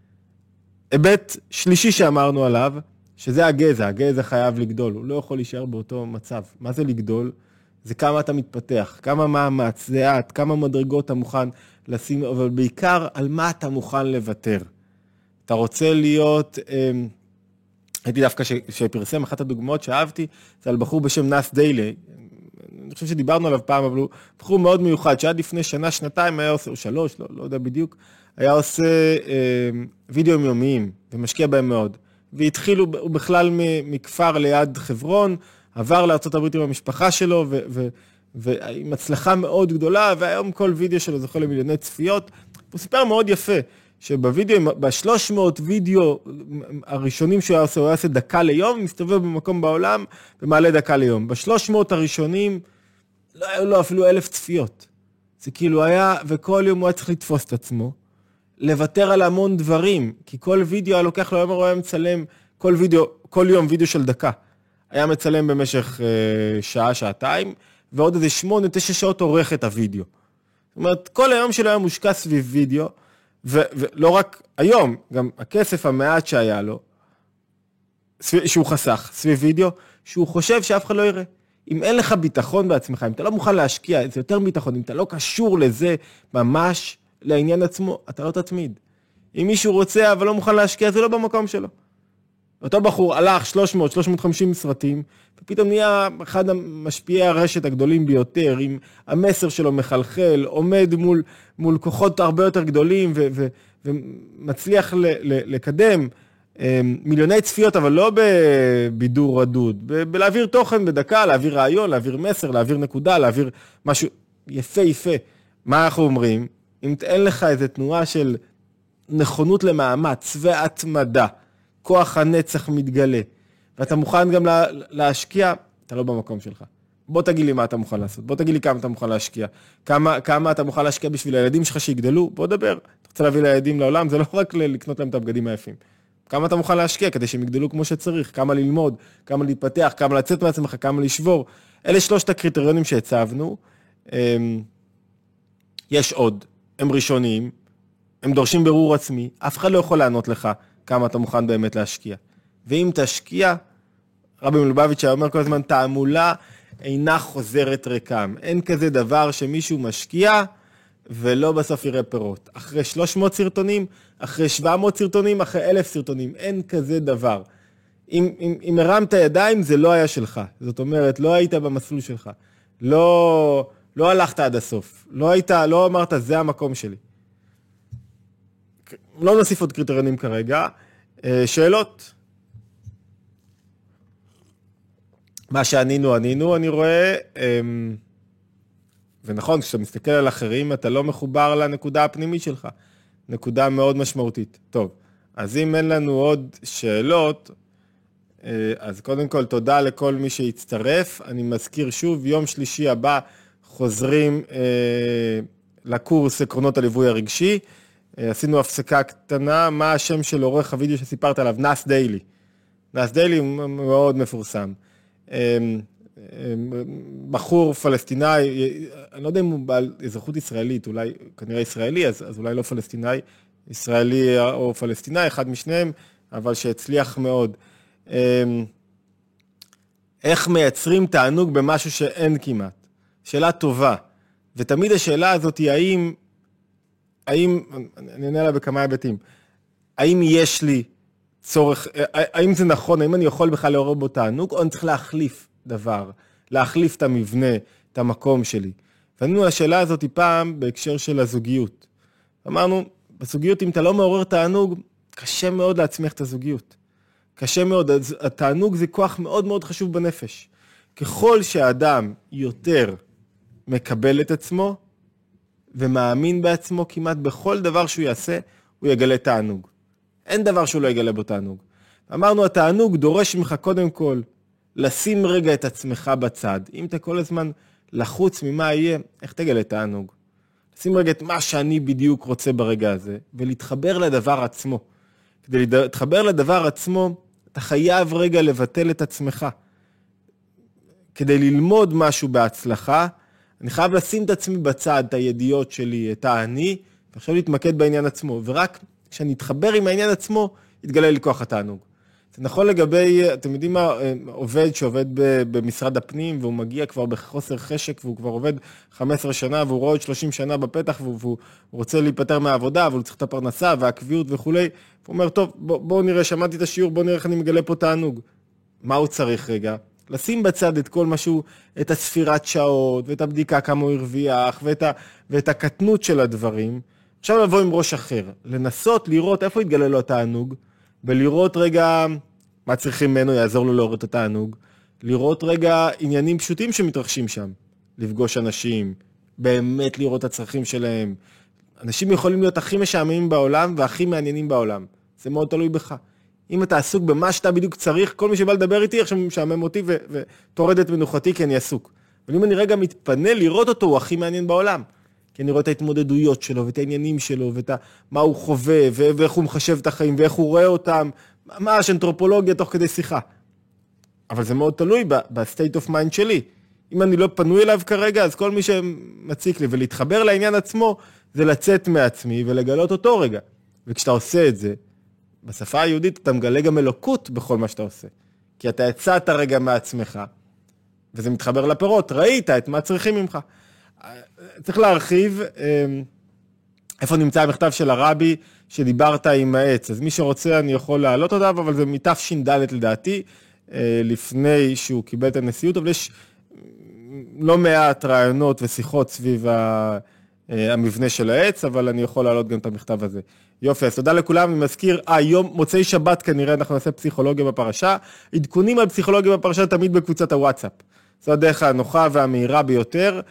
היבט שלישי שאמרנו עליו, שזה הגזע, הגזע חייב לגדול, הוא לא יכול להישאר באותו מצב. מה זה לגדול? זה כמה אתה מתפתח, כמה מאמץ, זה את, כמה מדרגות אתה מוכן לשים, אבל בעיקר על מה אתה מוכן לוותר. אתה רוצה להיות, אה, הייתי דווקא ש, שפרסם, אחת הדוגמאות שאהבתי, זה על בחור בשם נאס דיילי, אני חושב שדיברנו עליו פעם, אבל הוא בחור מאוד מיוחד, שעד לפני שנה, שנתיים היה עושה, או שלוש, לא, לא יודע בדיוק, היה עושה אה, וידאוים יומיים, ומשקיע בהם מאוד. והתחילו, הוא בכלל מכפר ליד חברון, עבר לארצות הברית עם המשפחה שלו, ו- ו- ועם הצלחה מאוד גדולה, והיום כל וידאו שלו זוכה למיליוני צפיות. הוא סיפר מאוד יפה, שבווידאו, ב-שלוש מאות וידאו הראשונים שהוא היה עושה, הוא היה עושה דקה ליום, מסתובב במקום בעולם, ומעלה דקה ליום. ב-שלוש מאות הראשונים, לא היו לו אפילו אלף צפיות. זה כאילו היה, וכל יום הוא היה צריך לתפוס את עצמו, לוותר על המון דברים, כי כל וידאו היה לוקח לו, היום הוא היה מצלם, כל וידאו, כל יום וידאו של דקה, היה מצלם במשך אה, שעה, שעתיים, ועוד איזה שמונה, תשע שעות עורך את הוידאו. זאת אומרת, כל היום שלו היה מושקע סביב וידאו, ו- ולא רק היום, גם הכסף המעט שהיה לו, סביב, שהוא חסך סביב וידאו, שהוא חושב שאף אחד לא יראה. אם אין לך ביטחון בעצמך, אם אתה לא מוכן להשקיע, זה יותר ביטחון, אם אתה לא קשור לזה ממש, לעניין עצמו, אתה לא תתמיד. אם מישהו רוצה, אבל לא מוכן להשקיע, זה לא במקום שלו. אותו בחור הלך שלוש מאות שלוש מאות וחמישים סרטים, ופתאום נהיה אחד המשפיעי הרשת הגדולים ביותר, עם המסר שלו מחלחל, עומד מול, מול כוחות הרבה יותר גדולים, ו, ו, ומצליח ל, ל, לקדם מיליוני צפיות, אבל לא בבידור רדוד, ב, בלהעביר תוכן בדקה, להעביר רעיון, להעביר מסר, להעביר נקודה, להעביר משהו יפה יפה. מה אנחנו אומרים? אם אין לך איזו תנועה של נכונות למאמץ והתמדה, כוח הנצח מתגלה, ואתה מוכן גם לה, להשקיע, אתה לא במקום שלך. בוא תגיד לי מה אתה מוכן לעשות, בוא תגיד לי כמה אתה מוכן להשקיע, כמה, כמה אתה מוכן להשקיע בשביל הילדים שלך שיגדלו, בוא דבר. אתה רוצה להביא לילדים לעולם, זה לא רק לקנות להם את הבגדים היפים. כמה אתה מוכן להשקיע כדי שהם יגדלו כמו שצריך, כמה ללמוד, כמה להתפתח, כמה לצאת מעצמך, כמה לשבור. אלה שלושת הקריטריונים שהצבנו, יש עוד, הם ראשוניים, הם דורשים ברור עצמי, אף אחד לא יכול לענות לך כמה אתה מוכן באמת להשקיע. ואם תשקיע, רבי מלובביץ' היה אומר כל הזמן, תעמולה אינה חוזרת ריקם. אין כזה דבר שמישהו משקיע ולא בסוף יראה פירות. אחרי שלוש מאות סרטונים, אחרי שבע מאות סרטונים, אחרי אלף סרטונים, אין כזה דבר. אם, אם, אם הרמת ידיים, זה לא היה שלך. זאת אומרת, לא היית במסלול שלך. לא, לא הלכת עד הסוף. לא היית, לא אמרת, זה המקום שלי. לא נוסיף עוד קריטריונים כרגע. שאלות? מה שענינו, ענינו, אני רואה, ונכון, כשאתה מסתכל על אחרים, אתה לא מחובר לנקודה הפנימית שלך. נקודה מאוד משמעותית. טוב, אז אם אין לנו עוד שאלות, אז קודם כל תודה לכל מי שהצטרף. אני מזכיר שוב, יום שלישי הבא חוזרים לקורס עקרונות הליווי הרגשי. עשינו הפסקה קטנה, מה השם של עורך הוידאו שסיפרת עליו? נאס דיילי. נאס דיילי הוא מאוד מפורסם. בחור פלסטיני, אני לא יודע אם הוא בעל אזרחות ישראלית, אולי כנראה ישראלי, אז, אז אולי לא פלסטיני, ישראלי או פלסטיני, אחד משניהם, אבל שהצליח מאוד. איך מייצרים תענוג במשהו שאין כמעט? שאלה טובה. ותמיד השאלה הזאת היא האם, האם, אני אענה לה בכמה היבטים, האם יש לי צורך, האם זה נכון, האם אני יכול בכלל לעורר בו תענוג, או אני צריך להחליף דבר, להחליף את המבנה, את המקום שלי. וענינו לשאלה הזאת פעם בהקשר של הזוגיות. אמרנו, בזוגיות אם אתה לא מעורר תענוג, קשה מאוד להצמיח את הזוגיות. קשה מאוד, התענוג זה כוח מאוד מאוד חשוב בנפש. ככל שהאדם יותר מקבל את עצמו, ומאמין בעצמו כמעט בכל דבר שהוא יעשה, הוא יגלה תענוג. אין דבר שהוא לא יגלה בו תענוג. אמרנו, התענוג דורש ממך קודם כל, לשים רגע את עצמך בצד. אם אתה כל הזמן לחוץ ממה יהיה, איך תגלה תענוג? לשים רגע את מה שאני בדיוק רוצה ברגע הזה, ולהתחבר לדבר עצמו. כדי להתחבר לדבר עצמו, אתה חייב רגע לבטל את עצמך. כדי ללמוד משהו בהצלחה, אני חייב לשים את עצמי בצד, את הידיעות שלי, את האני, ועכשיו להתמקד בעניין עצמו. ורק כשאני אתחבר עם העניין עצמו, יתגלה לי כוח התענוג. זה נכון לגבי, אתם יודעים מה, עובד שעובד במשרד הפנים, והוא מגיע כבר בחוסר חשק, והוא כבר עובד חמש עשרה שנה, והוא רואה עוד שלושים שנה בפתח, והוא רוצה להיפטר מהעבודה, והוא צריך את הפרנסה והקביעות וכו'. הוא אומר, טוב, בואו בוא נראה, שמעתי את השיעור, בואו נראה איך אני מגלה פה תענוג. מה הוא צריך רגע? לשים בצד את כל משהו, את הספירת שעות, ואת הבדיקה כמה הוא הרוויח, ואת, ה, ואת הקטנות של הדברים. עכשיו לבוא עם ראש אחר, לנסות לראות איפה יתגלה לו התענוג, ולראות רגע מה צריכים ממנו, יעזור לו לעורר את התענוג, לראות רגע עניינים פשוטים שמתרחשים שם, לפגוש אנשים, באמת לראות את הצרכים שלהם. אנשים יכולים להיות הכי משעממים בעולם והכי מעניינים בעולם. זה מאוד תלוי בך. אם אתה עסוק במה שאתה בדיוק צריך, כל מי שבא לדבר איתי עכשיו משעמם אותי ותורד את מנוחתי כי אני עסוק. אבל אם אני רגע מתפנה לראות אותו, הוא הכי מעניין בעולם. כי אני רואה את ההתמודדויות שלו, ואת העניינים שלו, ואת מה הוא חווה, ואיך הוא מחשב את החיים, ואיך הוא רואה אותם, ממש אנתרופולוגיה תוך כדי שיחה. אבל זה מאוד תלוי ב-state of mind שלי. אם אני לא פנוי אליו כרגע, אז כל מי שמציק לי, ולהתחבר לעניין עצמו, זה לצאת מעצמי ולגלות אותו רגע. וכשאתה עושה את זה, בשפה היהודית אתה מגלה גם אלוקות בכל מה שאתה עושה. כי אתה יצאת רגע מעצמך, וזה מתחבר לפירות, ראית את מה צריכים ממך. צריך להרחיב, איפה נמצא המכתב של הרבי שדיברת עם העץ. אז מי שרוצה אני יכול להעלות אותה, אבל זה מתש"ד לדעתי, לפני שהוא קיבל את הנשיאות, אבל יש לא מעט רעיונות ושיחות סביב המבנה של העץ, אבל אני יכול להעלות גם את המכתב הזה. יופי, אז תודה לכולם, אני מזכיר, אה, יום, מוצאי שבת כנראה אנחנו נעשה פסיכולוגיה בפרשה, עדכונים על פסיכולוגיה בפרשה תמיד בקבוצת הוואטסאפ. זו הדרך הנוחה והמהירה ביותר,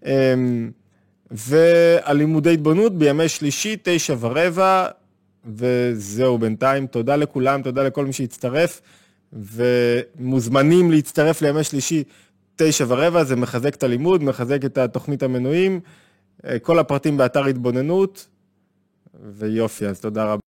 והלימודי התבוננות בימי שלישי, תשע ורבע, וזהו בינתיים, תודה לכולם, תודה לכל מי שהצטרף, ומוזמנים להצטרף לימי שלישי, תשע ורבע, זה מחזק את הלימוד, מחזק את התוכנית המנויים, כל הפרטים באתר התבוננות, ויופי, אז תודה רבה.